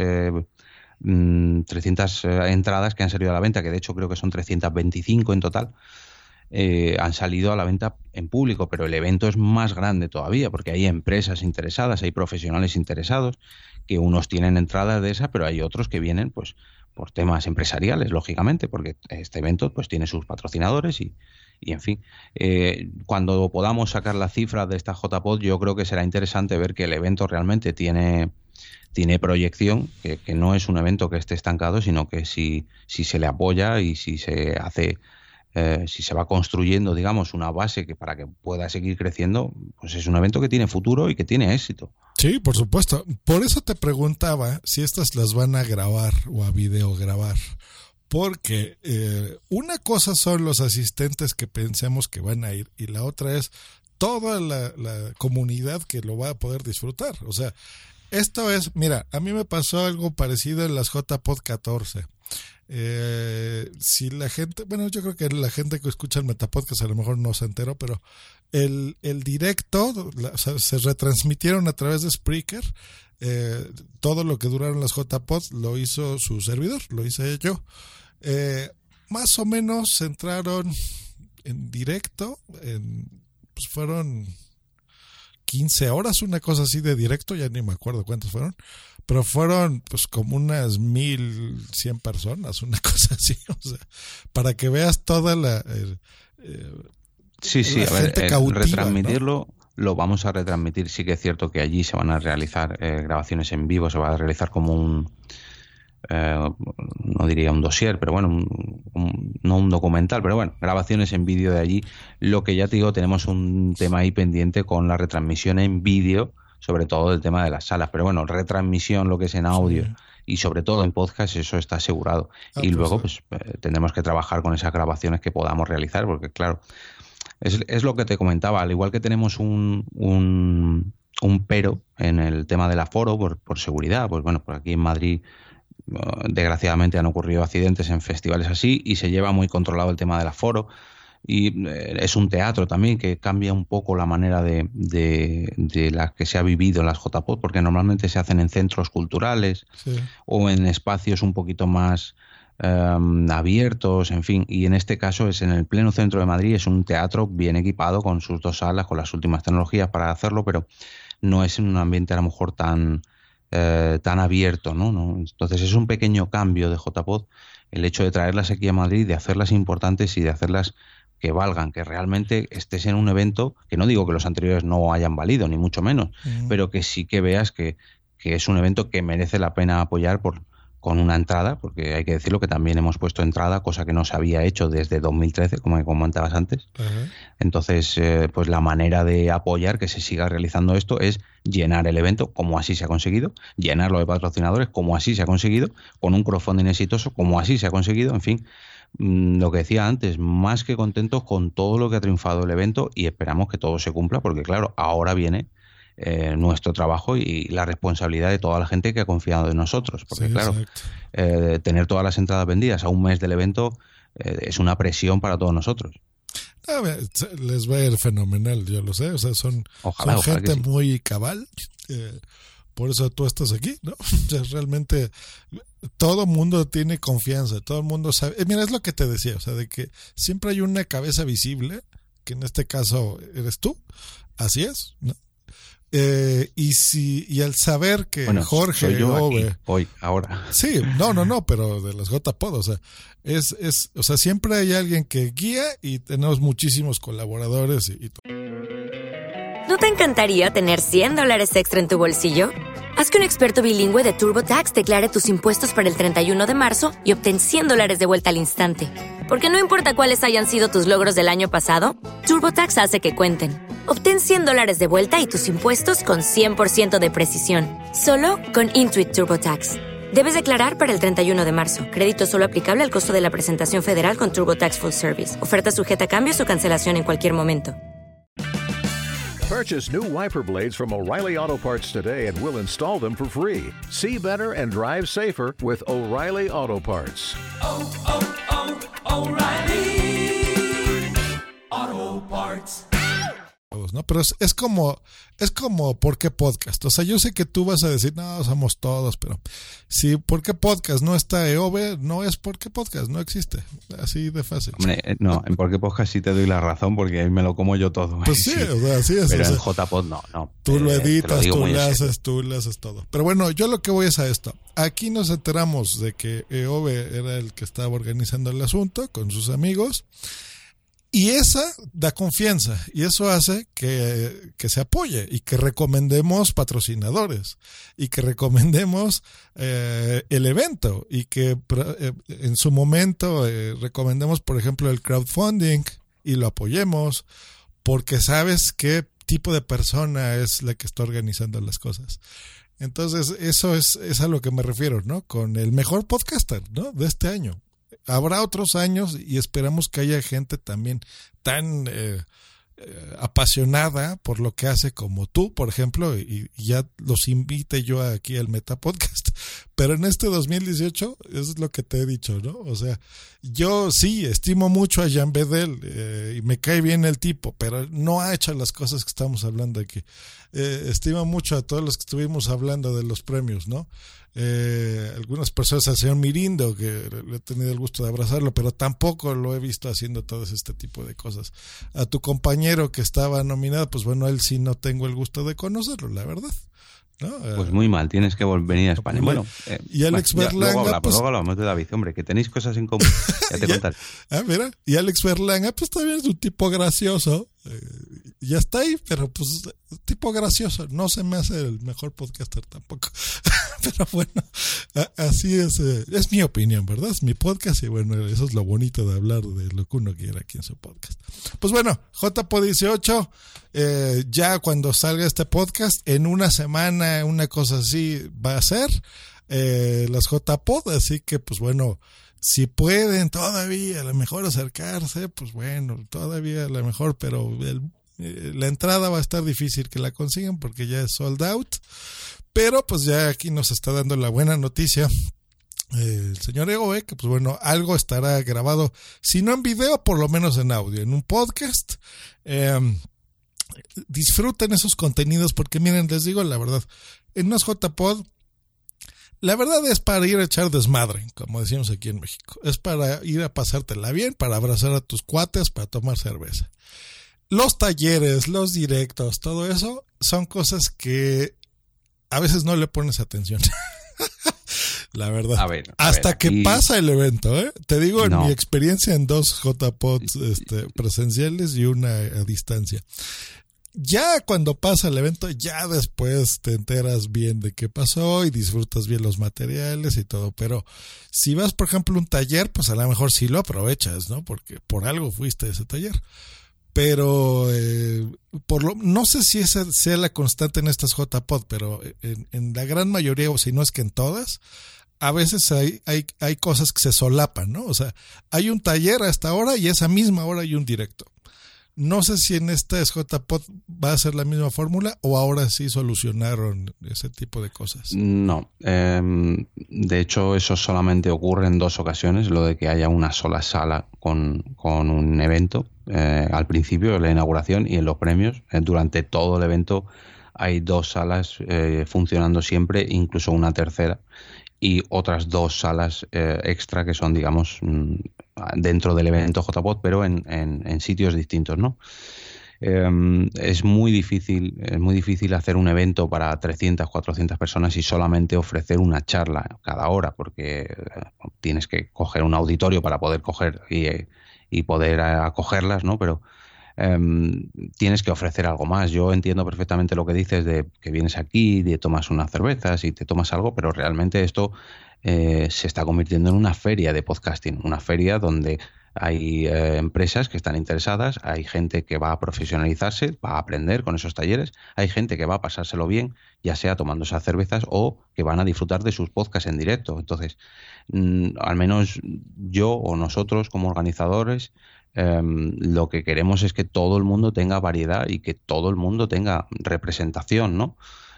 entradas que han salido a la venta, que de hecho creo que son 325 en total. Han salido a la venta en público, pero el evento es más grande todavía, porque hay empresas interesadas, hay profesionales interesados, que unos tienen entradas de esas, pero hay otros que vienen pues por temas empresariales, lógicamente, porque este evento pues tiene sus patrocinadores y en fin. Cuando podamos sacar la cifra de esta JPod, yo creo que será interesante ver que el evento realmente tiene proyección, que no es un evento que esté estancado, sino que si se le apoya y si se hace... si se va construyendo, digamos, una base que para que pueda seguir creciendo, pues es un evento que tiene futuro y que tiene éxito. Sí, por supuesto. Por eso te preguntaba si estas las van a grabar o a videograbar. Porque una cosa son los asistentes que pensemos que van a ir, y la otra es toda la comunidad que lo va a poder disfrutar. O sea, esto es, mira, a mí me pasó algo parecido en las JPod 14. Si la gente, bueno, yo creo que la gente que escucha el Metapodcast a lo mejor no se enteró, pero el directo se retransmitieron a través de Spreaker. Todo lo que duraron las JPod lo hizo su servidor, lo hice yo. Más o menos entraron en directo, pues fueron 15 horas, una cosa así de directo, ya ni me acuerdo cuántas fueron, pero fueron pues como unas 1,100 personas, una cosa así, o sea, para que veas toda la sí, la a ver, gente cautiva, retransmitirlo, ¿no? Lo vamos a retransmitir. Sí que es cierto que allí se van a realizar grabaciones en vivo, se va a realizar como un no diría un dossier, pero bueno, no un documental, pero bueno, grabaciones en vídeo de allí. Lo que ya te digo, tenemos un tema ahí pendiente con la retransmisión en vídeo, sobre todo el tema de las salas, pero bueno, retransmisión, lo que es en audio, sí, y sobre todo en podcast, eso está asegurado. Y pues luego pues tendremos que trabajar con esas grabaciones que podamos realizar, porque claro, es lo que te comentaba, al igual que tenemos un pero en el tema del aforo por seguridad, pues bueno, por aquí en Madrid desgraciadamente han ocurrido accidentes en festivales así y se lleva muy controlado el tema del aforo, y es un teatro también que cambia un poco la manera de la que se ha vivido en las JPod, porque normalmente se hacen en centros culturales, sí, o en espacios un poquito más abiertos, en fin, y en este caso es en el pleno centro de Madrid, es un teatro bien equipado con sus 2 salas, con las últimas tecnologías para hacerlo, pero no es en un ambiente a lo mejor tan abierto, ¿no? Entonces es un pequeño cambio de JPod el hecho de traerlas aquí a Madrid, de hacerlas importantes y de hacerlas que valgan, que realmente estés en un evento, que no digo que los anteriores no hayan valido, ni mucho menos, pero que sí que veas que es un evento que merece la pena apoyar con una entrada, porque hay que decirlo que también hemos puesto entrada, cosa que no se había hecho desde 2013, como me comentabas antes. Uh-huh. Entonces, pues la manera de apoyar que se siga realizando esto es llenar el evento, como así se ha conseguido, llenarlo de patrocinadores, como así se ha conseguido, con un crowdfunding exitoso, como así se ha conseguido, en fin. Lo que decía antes, más que contentos con todo lo que ha triunfado el evento y esperamos que todo se cumpla, porque claro, ahora viene nuestro trabajo y la responsabilidad de toda la gente que ha confiado en nosotros, porque sí, claro, tener todas las entradas vendidas a un mes del evento es una presión para todos nosotros. A ver, les va a ir fenomenal, yo lo sé, o sea, son gente sí. Muy cabal, por eso tú estás aquí, ¿no? O sea, realmente todo mundo tiene confianza, todo el mundo sabe, mira, es lo que te decía, o sea, de que siempre hay una cabeza visible, que en este caso eres tú, así es, ¿no? Y al saber que Jorge soy yo aquí, hoy, ahora. Sí, no, pero de las JPod, o sea, o sea, siempre hay alguien que guía y tenemos muchísimos colaboradores y todo. ¿No te encantaría tener $100 extra en tu bolsillo? Haz que un experto bilingüe de TurboTax declare tus impuestos para el 31 de marzo y obtén $100 de vuelta al instante. Porque no importa cuáles hayan sido tus logros del año pasado, TurboTax hace que cuenten. Obtén $100 de vuelta y tus impuestos con 100% de precisión. Solo con Intuit TurboTax. Debes declarar para el 31 de marzo. Crédito solo aplicable al costo de la presentación federal con TurboTax Full Service. Oferta sujeta a cambios o cancelación en cualquier momento. Purchase new wiper blades from O'Reilly Auto Parts today and we'll install them for free. See better and drive safer with O'Reilly Auto Parts. O'Reilly Auto Parts. ¿No? Pero es como ¿por qué podcast? O sea, yo sé que tú vas a decir, no, somos todos, pero si ¿por qué podcast no está EOB? No es ¿por qué podcast? No existe. Así de fácil. Hombre, no, en ¿por qué podcast sí te doy la razón? Porque ahí me lo como yo todo. Pues sí, o sea, así es. Pero o sea, en JPod no. Tú lo editas, tú le haces todo. Pero bueno, yo lo que voy es a esto. Aquí nos enteramos de que EOB era el que estaba organizando el asunto con sus amigos. Y esa da confianza y eso hace que se apoye y que recomendemos patrocinadores y que recomendemos el evento y que en su momento recomendemos, por ejemplo, el crowdfunding y lo apoyemos porque sabes qué tipo de persona es la que está organizando las cosas. Entonces, eso es a lo que me refiero, ¿no? Con el mejor podcaster, ¿no? De este año. Habrá otros años y esperamos que haya gente también tan apasionada por lo que hace como tú, por ejemplo, y ya los invite yo aquí al Metapodcast. Pero en este 2018, eso es lo que te he dicho, ¿no? O sea, yo sí estimo mucho a Jean Bedel y me cae bien el tipo, pero no ha hecho las cosas que estamos hablando aquí. Estimo mucho a todos los que estuvimos hablando de los premios, ¿no? Algunas personas, al señor Mirindo, que le he tenido el gusto de abrazarlo, pero tampoco lo he visto haciendo todo este tipo de cosas. A tu compañero que estaba nominado, pues bueno, él sí no tengo el gusto de conocerlo, la verdad, ¿no? Pues muy mal, tienes que venir a España. Bueno, y Alex Berlanga, luego hablamos de David, hombre, que tenéis cosas en común, ya te contaré. Mira, y Alex Berlanga, pues también es un tipo gracioso, ya está ahí, pero pues tipo gracioso, no se me hace el mejor podcaster tampoco. Pero bueno, así es mi opinión, ¿verdad? Es mi podcast y bueno, eso es lo bonito de hablar de lo que uno quiera aquí en su podcast. Pues bueno, JPod 18, ya cuando salga este podcast, en una semana, una cosa así va a ser las JPod, así que pues bueno, si pueden todavía a lo mejor acercarse, pues bueno, todavía a lo mejor, pero la entrada va a estar difícil que la consigan porque ya es sold out. Pero pues ya aquí nos está dando la buena noticia el señor EOB, que pues bueno, algo estará grabado, si no en video, por lo menos en audio, en un podcast. Disfruten esos contenidos porque miren, les digo la verdad, en unos JPod, la verdad es para ir a echar desmadre, como decimos aquí en México. Es para ir a pasártela bien, para abrazar a tus cuates, para tomar cerveza. Los talleres, los directos, todo eso son cosas que a veces no le pones atención. La verdad. Hasta que pasa el evento, ¿eh? Te digo, en mi experiencia en 2 JPods presenciales y una a distancia. Ya cuando pasa el evento, ya después te enteras bien de qué pasó y disfrutas bien los materiales y todo. Pero si vas, por ejemplo, a un taller, pues a lo mejor sí lo aprovechas, ¿no? Porque por algo fuiste a ese taller. Pero no sé si esa sea la constante en estas JPod, pero en la gran mayoría, o si no es que en todas, a veces hay cosas que se solapan, ¿no? O sea, hay un taller a esta hora y esa misma hora hay un directo. No sé si en esta JPod va a ser la misma fórmula o ahora sí solucionaron ese tipo de cosas. No, de hecho eso solamente ocurre en 2 ocasiones, lo de que haya una sola sala con un evento, al principio, en la inauguración y en los premios. Durante todo el evento hay 2 salas funcionando siempre, incluso una tercera, y otras 2 salas extra que son, digamos, dentro del evento JPod, pero en sitios distintos, ¿no? Es muy difícil hacer un evento para 300, 400 personas y solamente ofrecer una charla cada hora, porque tienes que coger un auditorio para poder coger y poder acogerlas, ¿no? Pero tienes que ofrecer algo más. Yo entiendo perfectamente lo que dices de que vienes aquí, te tomas unas cervezas y te tomas algo, pero realmente esto se está convirtiendo en una feria de podcasting, una feria donde hay empresas que están interesadas, hay gente que va a profesionalizarse, va a aprender con esos talleres, hay gente que va a pasárselo bien, ya sea tomando esas cervezas o que van a disfrutar de sus podcasts en directo. Entonces, al menos yo o nosotros como organizadores, lo que queremos es que todo el mundo tenga variedad y que todo el mundo tenga representación, ¿no?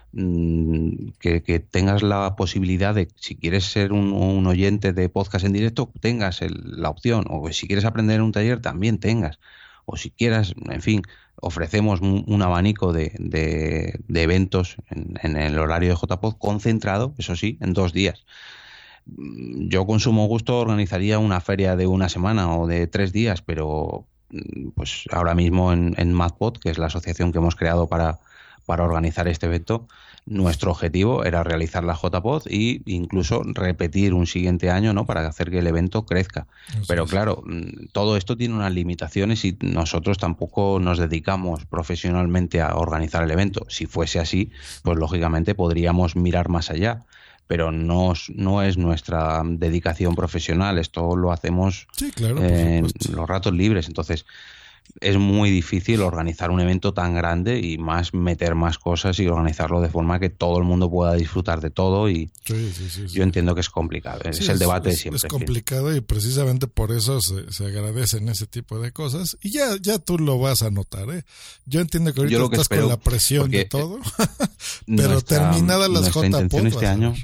Que tengas la posibilidad de, si quieres ser un oyente de podcast en directo, tengas la opción, o si quieres aprender en un taller también tengas, o si quieras, en fin, ofrecemos un abanico de eventos en el horario de JPod concentrado, eso sí, en 2 días. Yo con sumo gusto organizaría una feria de 1 semana o de 3 días, pero pues ahora mismo en MadPod, que es la asociación que hemos creado para organizar este evento, nuestro objetivo era realizar la JPod e incluso repetir un siguiente año, ¿no? Para hacer que el evento crezca. Pero claro, todo esto tiene unas limitaciones y nosotros tampoco nos dedicamos profesionalmente a organizar el evento. Si fuese así, pues lógicamente podríamos mirar más allá. Pero no es nuestra dedicación profesional, esto lo hacemos en los ratos libres. Entonces es muy difícil organizar un evento tan grande y más meter más cosas y organizarlo de forma que todo el mundo pueda disfrutar de todo y yo entiendo que es complicado, es el debate de siempre. Es complicado y precisamente por eso se agradecen ese tipo de cosas y ya tú lo vas a notar, ¿eh? Yo entiendo que ahorita estás con la presión de todo, pero terminadas las JPod este año.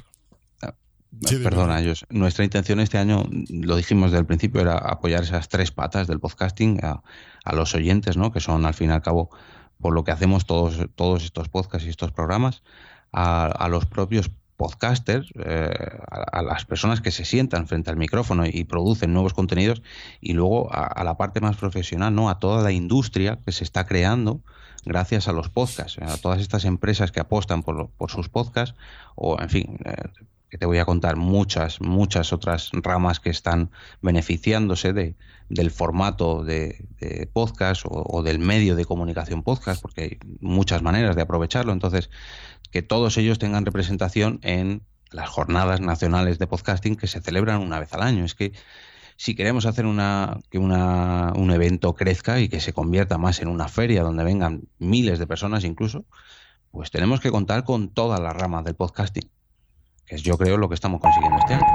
Perdona, nuestra intención este año, lo dijimos desde el principio, era apoyar esas 3 patas del podcasting a los oyentes, ¿no? Que son al fin y al cabo por lo que hacemos todos estos podcasts y estos programas, a los propios podcasters, a las personas que se sientan frente al micrófono y producen nuevos contenidos, y luego a la parte más profesional, ¿no? A toda la industria que se está creando gracias a los podcasts, a todas estas empresas que apostan por sus podcasts, o en fin, que te voy a contar muchas otras ramas que están beneficiándose del formato de podcast o del medio de comunicación podcast, porque hay muchas maneras de aprovecharlo. Entonces, que todos ellos tengan representación en las jornadas nacionales de podcasting que se celebran una vez al año. Es que si queremos hacer que un evento crezca y que se convierta más en una feria donde vengan miles de personas incluso, pues tenemos que contar con todas las ramas del podcasting. Es, yo creo, lo que estamos consiguiendo este año.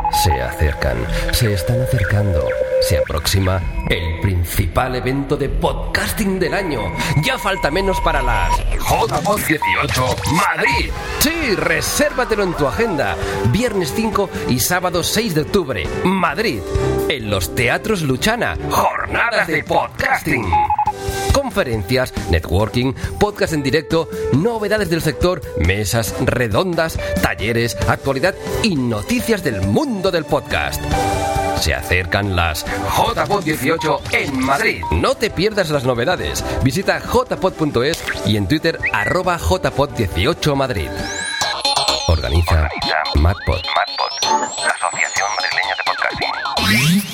Se están acercando. Se aproxima el principal evento de podcasting del año. Ya falta menos para las JPod 18 Madrid. Sí, resérvatelo en tu agenda. Viernes 5 y sábado 6 de octubre, Madrid. En los Teatros Luchana. Jornadas de podcasting. Conferencias, networking, podcast en directo, novedades del sector, mesas redondas, talleres, actualidad y noticias del mundo del podcast. Se acercan las JPod 18 en Madrid. No te pierdas las novedades. Visita jpod.es y en Twitter @jpod18 Madrid. Organiza MadPod, la Asociación Madrileña de Podcasting.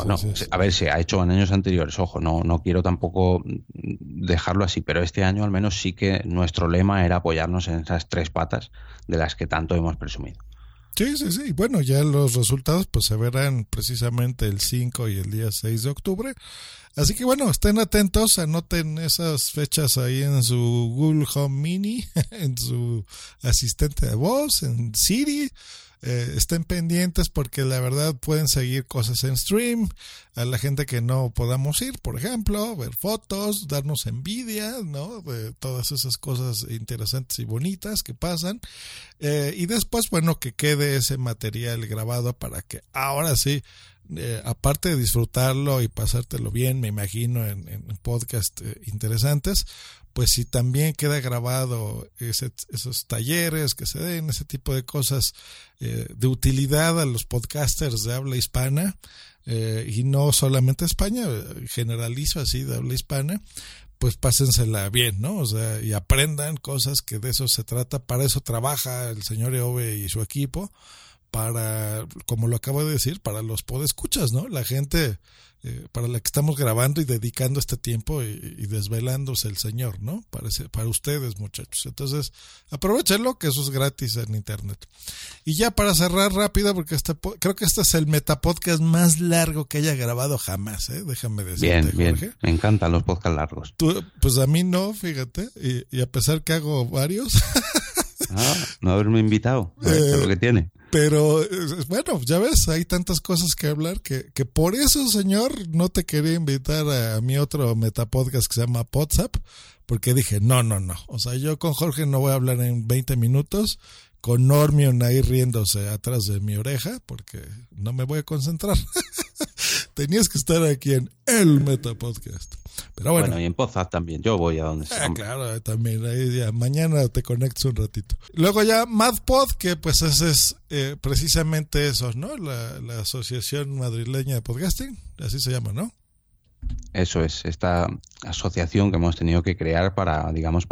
No, a ver, se ha hecho en años anteriores, ojo, no quiero tampoco dejarlo así, pero este año al menos sí que nuestro lema era apoyarnos en esas 3 patas de las que tanto hemos presumido. Sí. Bueno, ya los resultados pues se verán precisamente el 5 y el día 6 de octubre. Así que bueno, estén atentos, anoten esas fechas ahí en su Google Home Mini, en su asistente de voz, en Siri. Estén pendientes porque la verdad pueden seguir cosas en stream, a la gente que no podamos ir, por ejemplo, ver fotos, darnos envidia, ¿no? De todas esas cosas interesantes y bonitas que pasan, y después, bueno, que quede ese material grabado para que ahora sí, aparte de disfrutarlo y pasártelo bien, me imagino, en podcast interesantes, pues si también queda grabado esos talleres que se den, ese tipo de cosas de utilidad a los podcasters de habla hispana, y no solamente España, generalizo así de habla hispana, pues pásensela bien, ¿no? O sea, y aprendan cosas, que de eso se trata. Para eso trabaja el señor Eove y su equipo, para, como lo acabo de decir, para los podescuchas, ¿no? La gente para la que estamos grabando y dedicando este tiempo y desvelándose el señor, ¿no? Para ustedes, muchachos. Entonces, aprovechenlo, que eso es gratis en internet. Y ya para cerrar rápido, porque creo que este es el metapodcast más largo que haya grabado jamás, déjame decirte, bien, Jorge. Me encantan los podcasts largos. Pues a mí no, fíjate, y a pesar que hago varios. No haberme invitado, a ver qué es lo que tiene. Pero bueno, ya ves, hay tantas cosas que hablar que por eso, señor, no te quería invitar a mi otro metapodcast que se llama WhatsApp, porque dije, no. O sea, yo con Jorge no voy a hablar en 20 minutos, con Normion ahí riéndose atrás de mi oreja, porque no me voy a concentrar. Tenías que estar aquí en el Metapodcast. Pero bueno, y en WhatsApp también, yo voy a donde sea. Claro, también, ahí ya, mañana te conectas un ratito. Luego ya MadPod, que pues ese es precisamente eso, ¿no? La Asociación Madrileña de Podcasting, así se llama, ¿no? Eso es, esta asociación que hemos tenido que crear para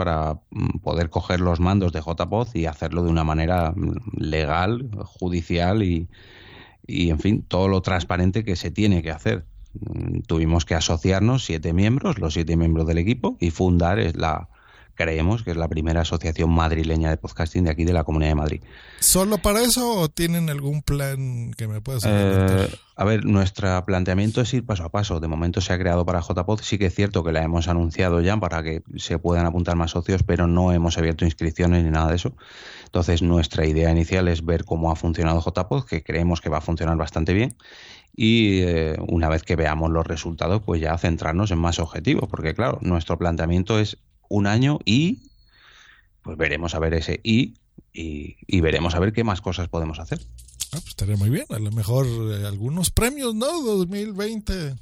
poder coger los mandos de JPod y hacerlo de una manera legal, judicial y en fin, todo lo transparente que se tiene que hacer. Tuvimos que asociarnos 7 miembros, los 7 miembros del equipo, y fundar creemos que es la primera asociación madrileña de podcasting de aquí de la Comunidad de Madrid. ¿Solo para eso o tienen algún plan que me puedas comentar? A ver, nuestro planteamiento es ir paso a paso. De momento se ha creado para JPod. Sí que es cierto que la hemos anunciado ya para que se puedan apuntar más socios, pero no hemos abierto inscripciones ni nada de eso. Entonces, nuestra idea inicial es ver cómo ha funcionado JPod, que creemos que va a funcionar bastante bien. Y una vez que veamos los resultados, pues ya centrarnos en más objetivos. Porque claro, nuestro planteamiento es 1 año y pues veremos a ver ese y veremos a ver qué más cosas podemos hacer. Pues estaría muy bien, a lo mejor algunos premios, ¿no? 2020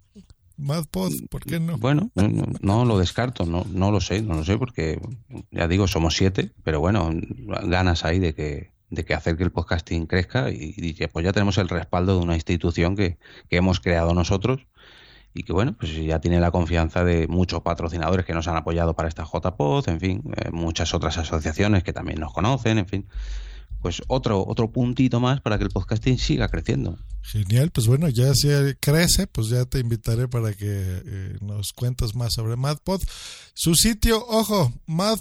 MadPod, ¿por qué no? Bueno, no lo descarto, no lo sé porque ya digo, somos 7, pero bueno, ganas ahí de que hacer que el podcasting crezca y que pues ya tenemos el respaldo de una institución que hemos creado nosotros y que bueno, pues ya tiene la confianza de muchos patrocinadores que nos han apoyado para esta JPod, en fin, muchas otras asociaciones que también nos conocen, en fin, pues otro puntito más para que el podcasting siga creciendo. Genial, pues bueno, ya si crece, pues ya te invitaré para que nos cuentes más sobre MadPod. Su sitio, ojo,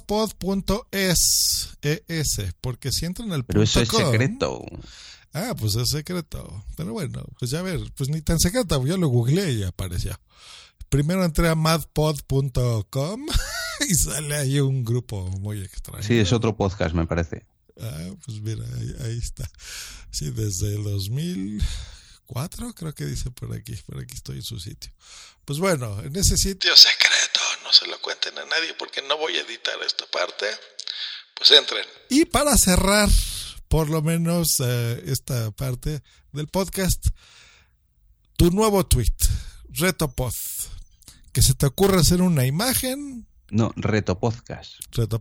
madpod.es, porque si entran al Pero eso es secreto. Pues es secreto. Pero bueno, pues ya ver, pues ni tan secreto, yo lo googleé y apareció. Primero entré a madpod.com y sale ahí un grupo muy extraño. Sí, es otro podcast, me parece. Pues mira, ahí está. Sí, desde el 2004 creo que dice por aquí estoy en su sitio. Pues bueno, en ese sitio secreto, no se lo cuenten a nadie porque no voy a editar esta parte, pues entren. Y para cerrar, por lo menos esta parte del podcast, tu nuevo tweet, RetoPod, que se te ocurre hacer una imagen. No, RetoPodcast.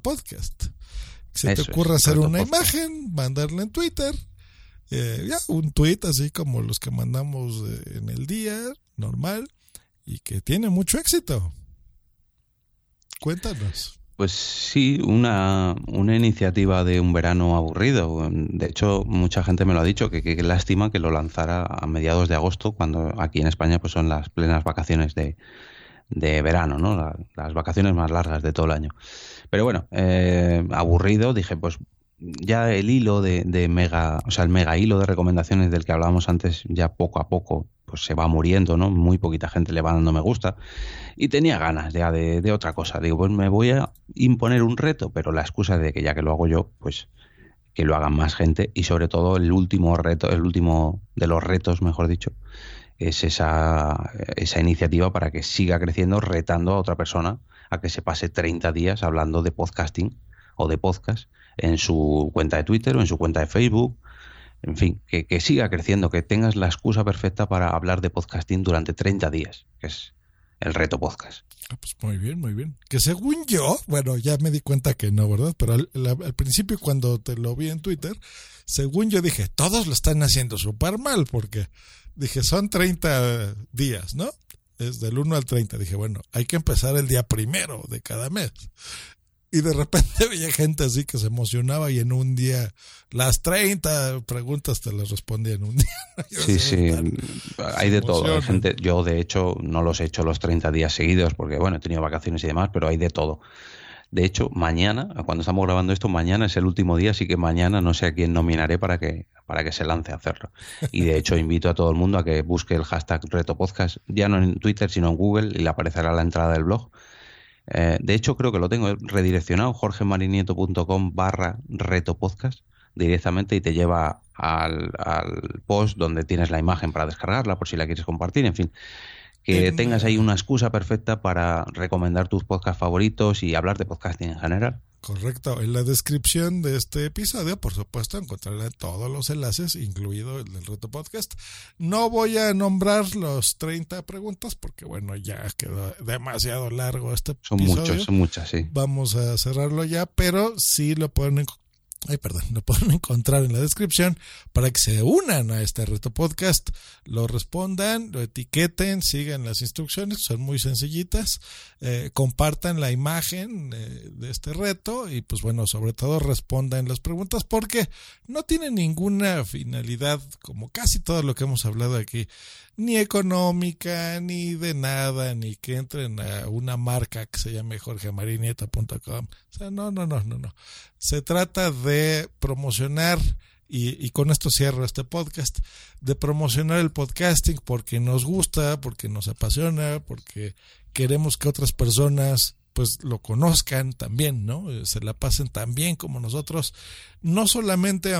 Se te ocurre hacer una imagen, mandarla en Twitter, un tweet así como los que mandamos en el día, normal, y que tiene mucho éxito. Cuéntanos. Pues sí, una iniciativa de un verano aburrido. De hecho, mucha gente me lo ha dicho, que qué lástima que lo lanzara a mediados de agosto, cuando aquí en España pues son las plenas vacaciones de verano, ¿no? Las vacaciones más largas de todo el año. Pero bueno, aburrido, dije, pues ya el hilo de mega, o sea, el mega hilo de recomendaciones del que hablábamos antes, ya poco a poco pues se va muriendo, ¿no? Muy poquita gente le va dando me gusta. Y tenía ganas ya de otra cosa. Digo, pues me voy a imponer un reto, pero la excusa de que ya que lo hago yo, pues que lo hagan más gente. Y sobre todo el último de los retos, mejor dicho, es esa iniciativa para que siga creciendo, retando a otra persona a que se pase 30 días hablando de podcasting o de podcast en su cuenta de Twitter o en su cuenta de Facebook. En fin, que siga creciendo, que tengas la excusa perfecta para hablar de podcasting durante 30 días, que es el reto podcast. Pues muy bien, muy bien. Que según yo, bueno, ya me di cuenta que no, ¿verdad? Pero al principio cuando te lo vi en Twitter, según yo dije, todos lo están haciendo súper mal, porque dije, son 30 días, ¿no? Es del 1 al 30. Dije, bueno, hay que empezar el día 1 de cada mes. Y de repente veía gente así que se emocionaba y en un día las 30 preguntas te las respondía en un día. Sí, hay de todo. Hay gente, yo de hecho no los he hecho los 30 días seguidos porque bueno, he tenido vacaciones y demás, pero hay de todo. De hecho, mañana, cuando estamos grabando esto, mañana es el último día, así que mañana no sé a quién nominaré para que se lance a hacerlo. Y de hecho invito a todo el mundo a que busque el hashtag RetoPodcast, ya no en Twitter sino en Google, y le aparecerá la entrada del blog. De hecho, creo que lo tengo redireccionado, jorgemarinieto.com/retopodcast directamente, y te lleva al post donde tienes la imagen para descargarla por si la quieres compartir. En fin, que tengas ahí una excusa perfecta para recomendar tus podcasts favoritos y hablar de podcasting en general. Correcto. En la descripción de este episodio, por supuesto, encontrarán todos los enlaces, incluido el del Reto Podcast. No voy a nombrar los 30 preguntas porque, bueno, ya quedó demasiado largo este episodio. Son muchas, sí. Vamos a cerrarlo ya, pero sí lo pueden encontrar en la descripción para que se unan a este Reto Podcast, lo respondan, lo etiqueten, sigan las instrucciones, son muy sencillitas, compartan la imagen de este reto y pues bueno, sobre todo respondan las preguntas porque no tiene ninguna finalidad, como casi todo lo que hemos hablado aquí, ni económica, ni de nada, ni que entren a una marca que se llame jorgemarinieto.com. O sea, no. Se trata de promocionar, y con esto cierro este podcast, de promocionar el podcasting porque nos gusta, porque nos apasiona, porque queremos que otras personas pues lo conozcan también, ¿no? Se la pasen tan bien como nosotros, no solamente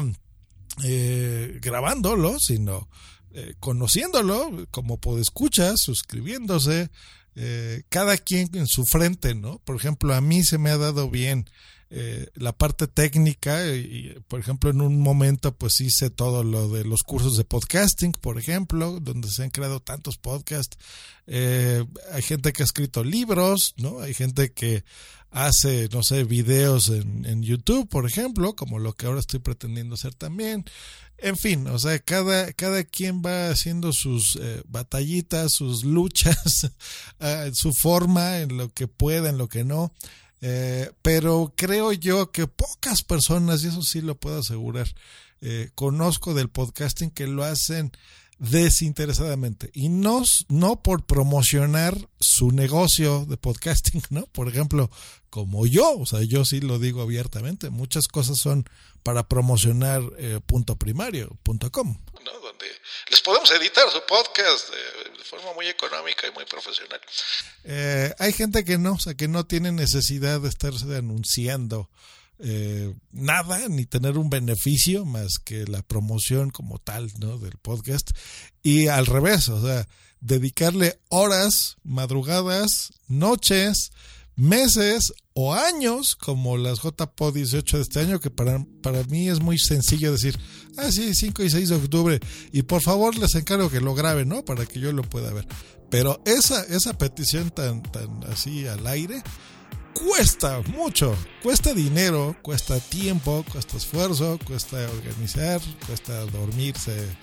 grabándolo, sino conociéndolo como podescuchas, suscribiéndose, cada quien en su frente, ¿no? Por ejemplo, a mí se me ha dado bien la parte técnica y, por ejemplo, en un momento pues hice todo lo de los cursos de podcasting, por ejemplo, donde se han creado tantos podcasts. Hay gente que ha escrito libros, ¿no? Hay gente que hace, no sé, videos en YouTube, por ejemplo, como lo que ahora estoy pretendiendo hacer también. En fin, o sea, cada quien va haciendo sus batallitas, sus luchas, su forma, en lo que puede, en lo que no. Pero creo yo que pocas personas, y eso sí lo puedo asegurar, conozco del podcasting que lo hacen desinteresadamente y no por promocionar su negocio de podcasting, ¿no? Por ejemplo, como yo, o sea, yo sí lo digo abiertamente, muchas cosas son para promocionar puntoprimario.com, ¿no? Donde les podemos editar su podcast de forma muy económica y muy profesional. Hay gente que no, o sea, que no tiene necesidad de estarse anunciando nada, ni tener un beneficio más que la promoción como tal, ¿no? Del podcast, y al revés, o sea, dedicarle horas, madrugadas, noches, meses o años, como las JPod 18 de este año, que para mí es muy sencillo decir, sí, 5 y 6 de octubre, y por favor les encargo que lo graben, ¿no? Para que yo lo pueda ver. Pero esa petición tan así al aire cuesta mucho, cuesta dinero, cuesta tiempo, cuesta esfuerzo, cuesta organizar, cuesta dormirse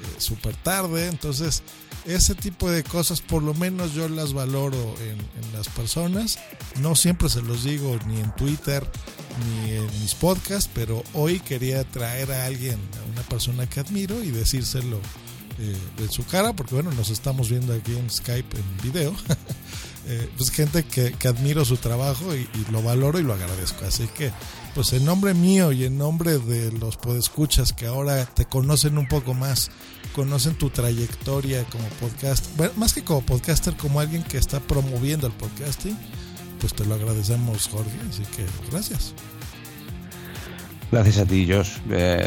súper tarde. Entonces, ese tipo de cosas por lo menos yo las valoro en las personas. No siempre se los digo ni en Twitter ni en mis podcasts, pero hoy quería traer a alguien, a una persona que admiro, y decírselo de su cara, porque bueno, nos estamos viendo aquí en Skype en video. Pues gente que admiro su trabajo y lo valoro y lo agradezco. Así que pues en nombre mío y en nombre de los podescuchas que ahora te conocen un poco más, conocen tu trayectoria como podcast, bueno, más que como podcaster, como alguien que está promoviendo el podcasting, pues te lo agradecemos, Jorge, así que gracias. Gracias a ti, Josh.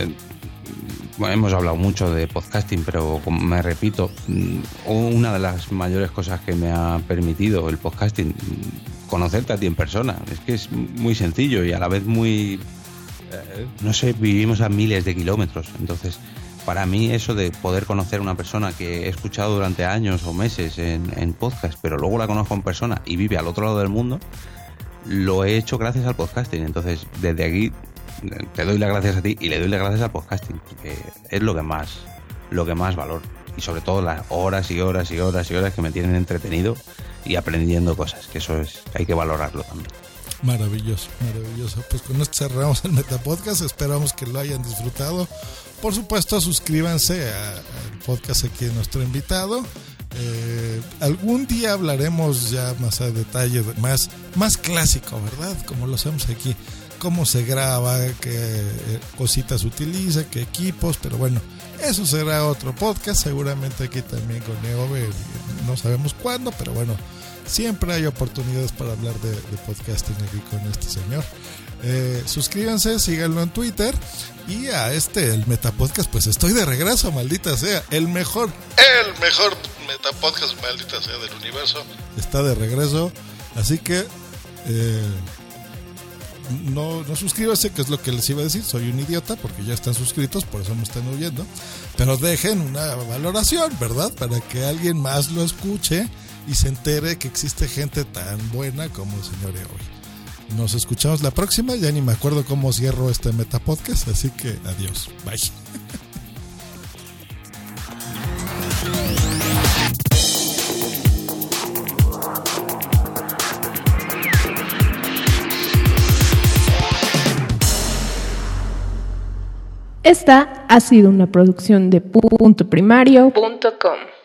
Bueno, hemos hablado mucho de podcasting, pero como me repito, una de las mayores cosas que me ha permitido el podcasting, conocerte a ti en persona. Es que es muy sencillo y a la vez muy, no sé, vivimos a miles de kilómetros. Entonces, para mí eso de poder conocer a una persona que he escuchado durante años o meses en podcast, pero luego la conozco en persona y vive al otro lado del mundo, lo he hecho gracias al podcasting. Entonces, desde aquí te doy las gracias a ti y le doy las gracias al podcasting, porque es lo que más valoro, y sobre todo las horas y horas y horas y horas que me tienen entretenido y aprendiendo cosas, que eso es, hay que valorarlo también. Maravilloso, maravilloso. Pues con esto cerramos el Metapodcast, esperamos que lo hayan disfrutado. Por supuesto, suscríbanse al podcast aquí de nuestro invitado. Algún día hablaremos ya más a detalle, más clásico, ¿verdad? Como lo hacemos aquí, cómo se graba, qué cositas utiliza, qué equipos, pero bueno, eso será otro podcast, seguramente aquí también con Eove, no sabemos cuándo, pero bueno, siempre hay oportunidades para hablar de podcasting aquí con este señor. Suscríbanse, síganlo en Twitter, y a el Metapodcast, pues estoy de regreso, maldita sea, el mejor Metapodcast, maldita sea, del universo, está de regreso, así que no suscríbanse, que es lo que les iba a decir, soy un idiota porque ya están suscritos, por eso me están oyendo, pero dejen una valoración, ¿verdad? Para que alguien más lo escuche y se entere que existe gente tan buena como el señor Eoy. Nos escuchamos la próxima, ya ni me acuerdo cómo cierro este Metapodcast, así que adiós, bye. Esta ha sido una producción de puntoprimario.com.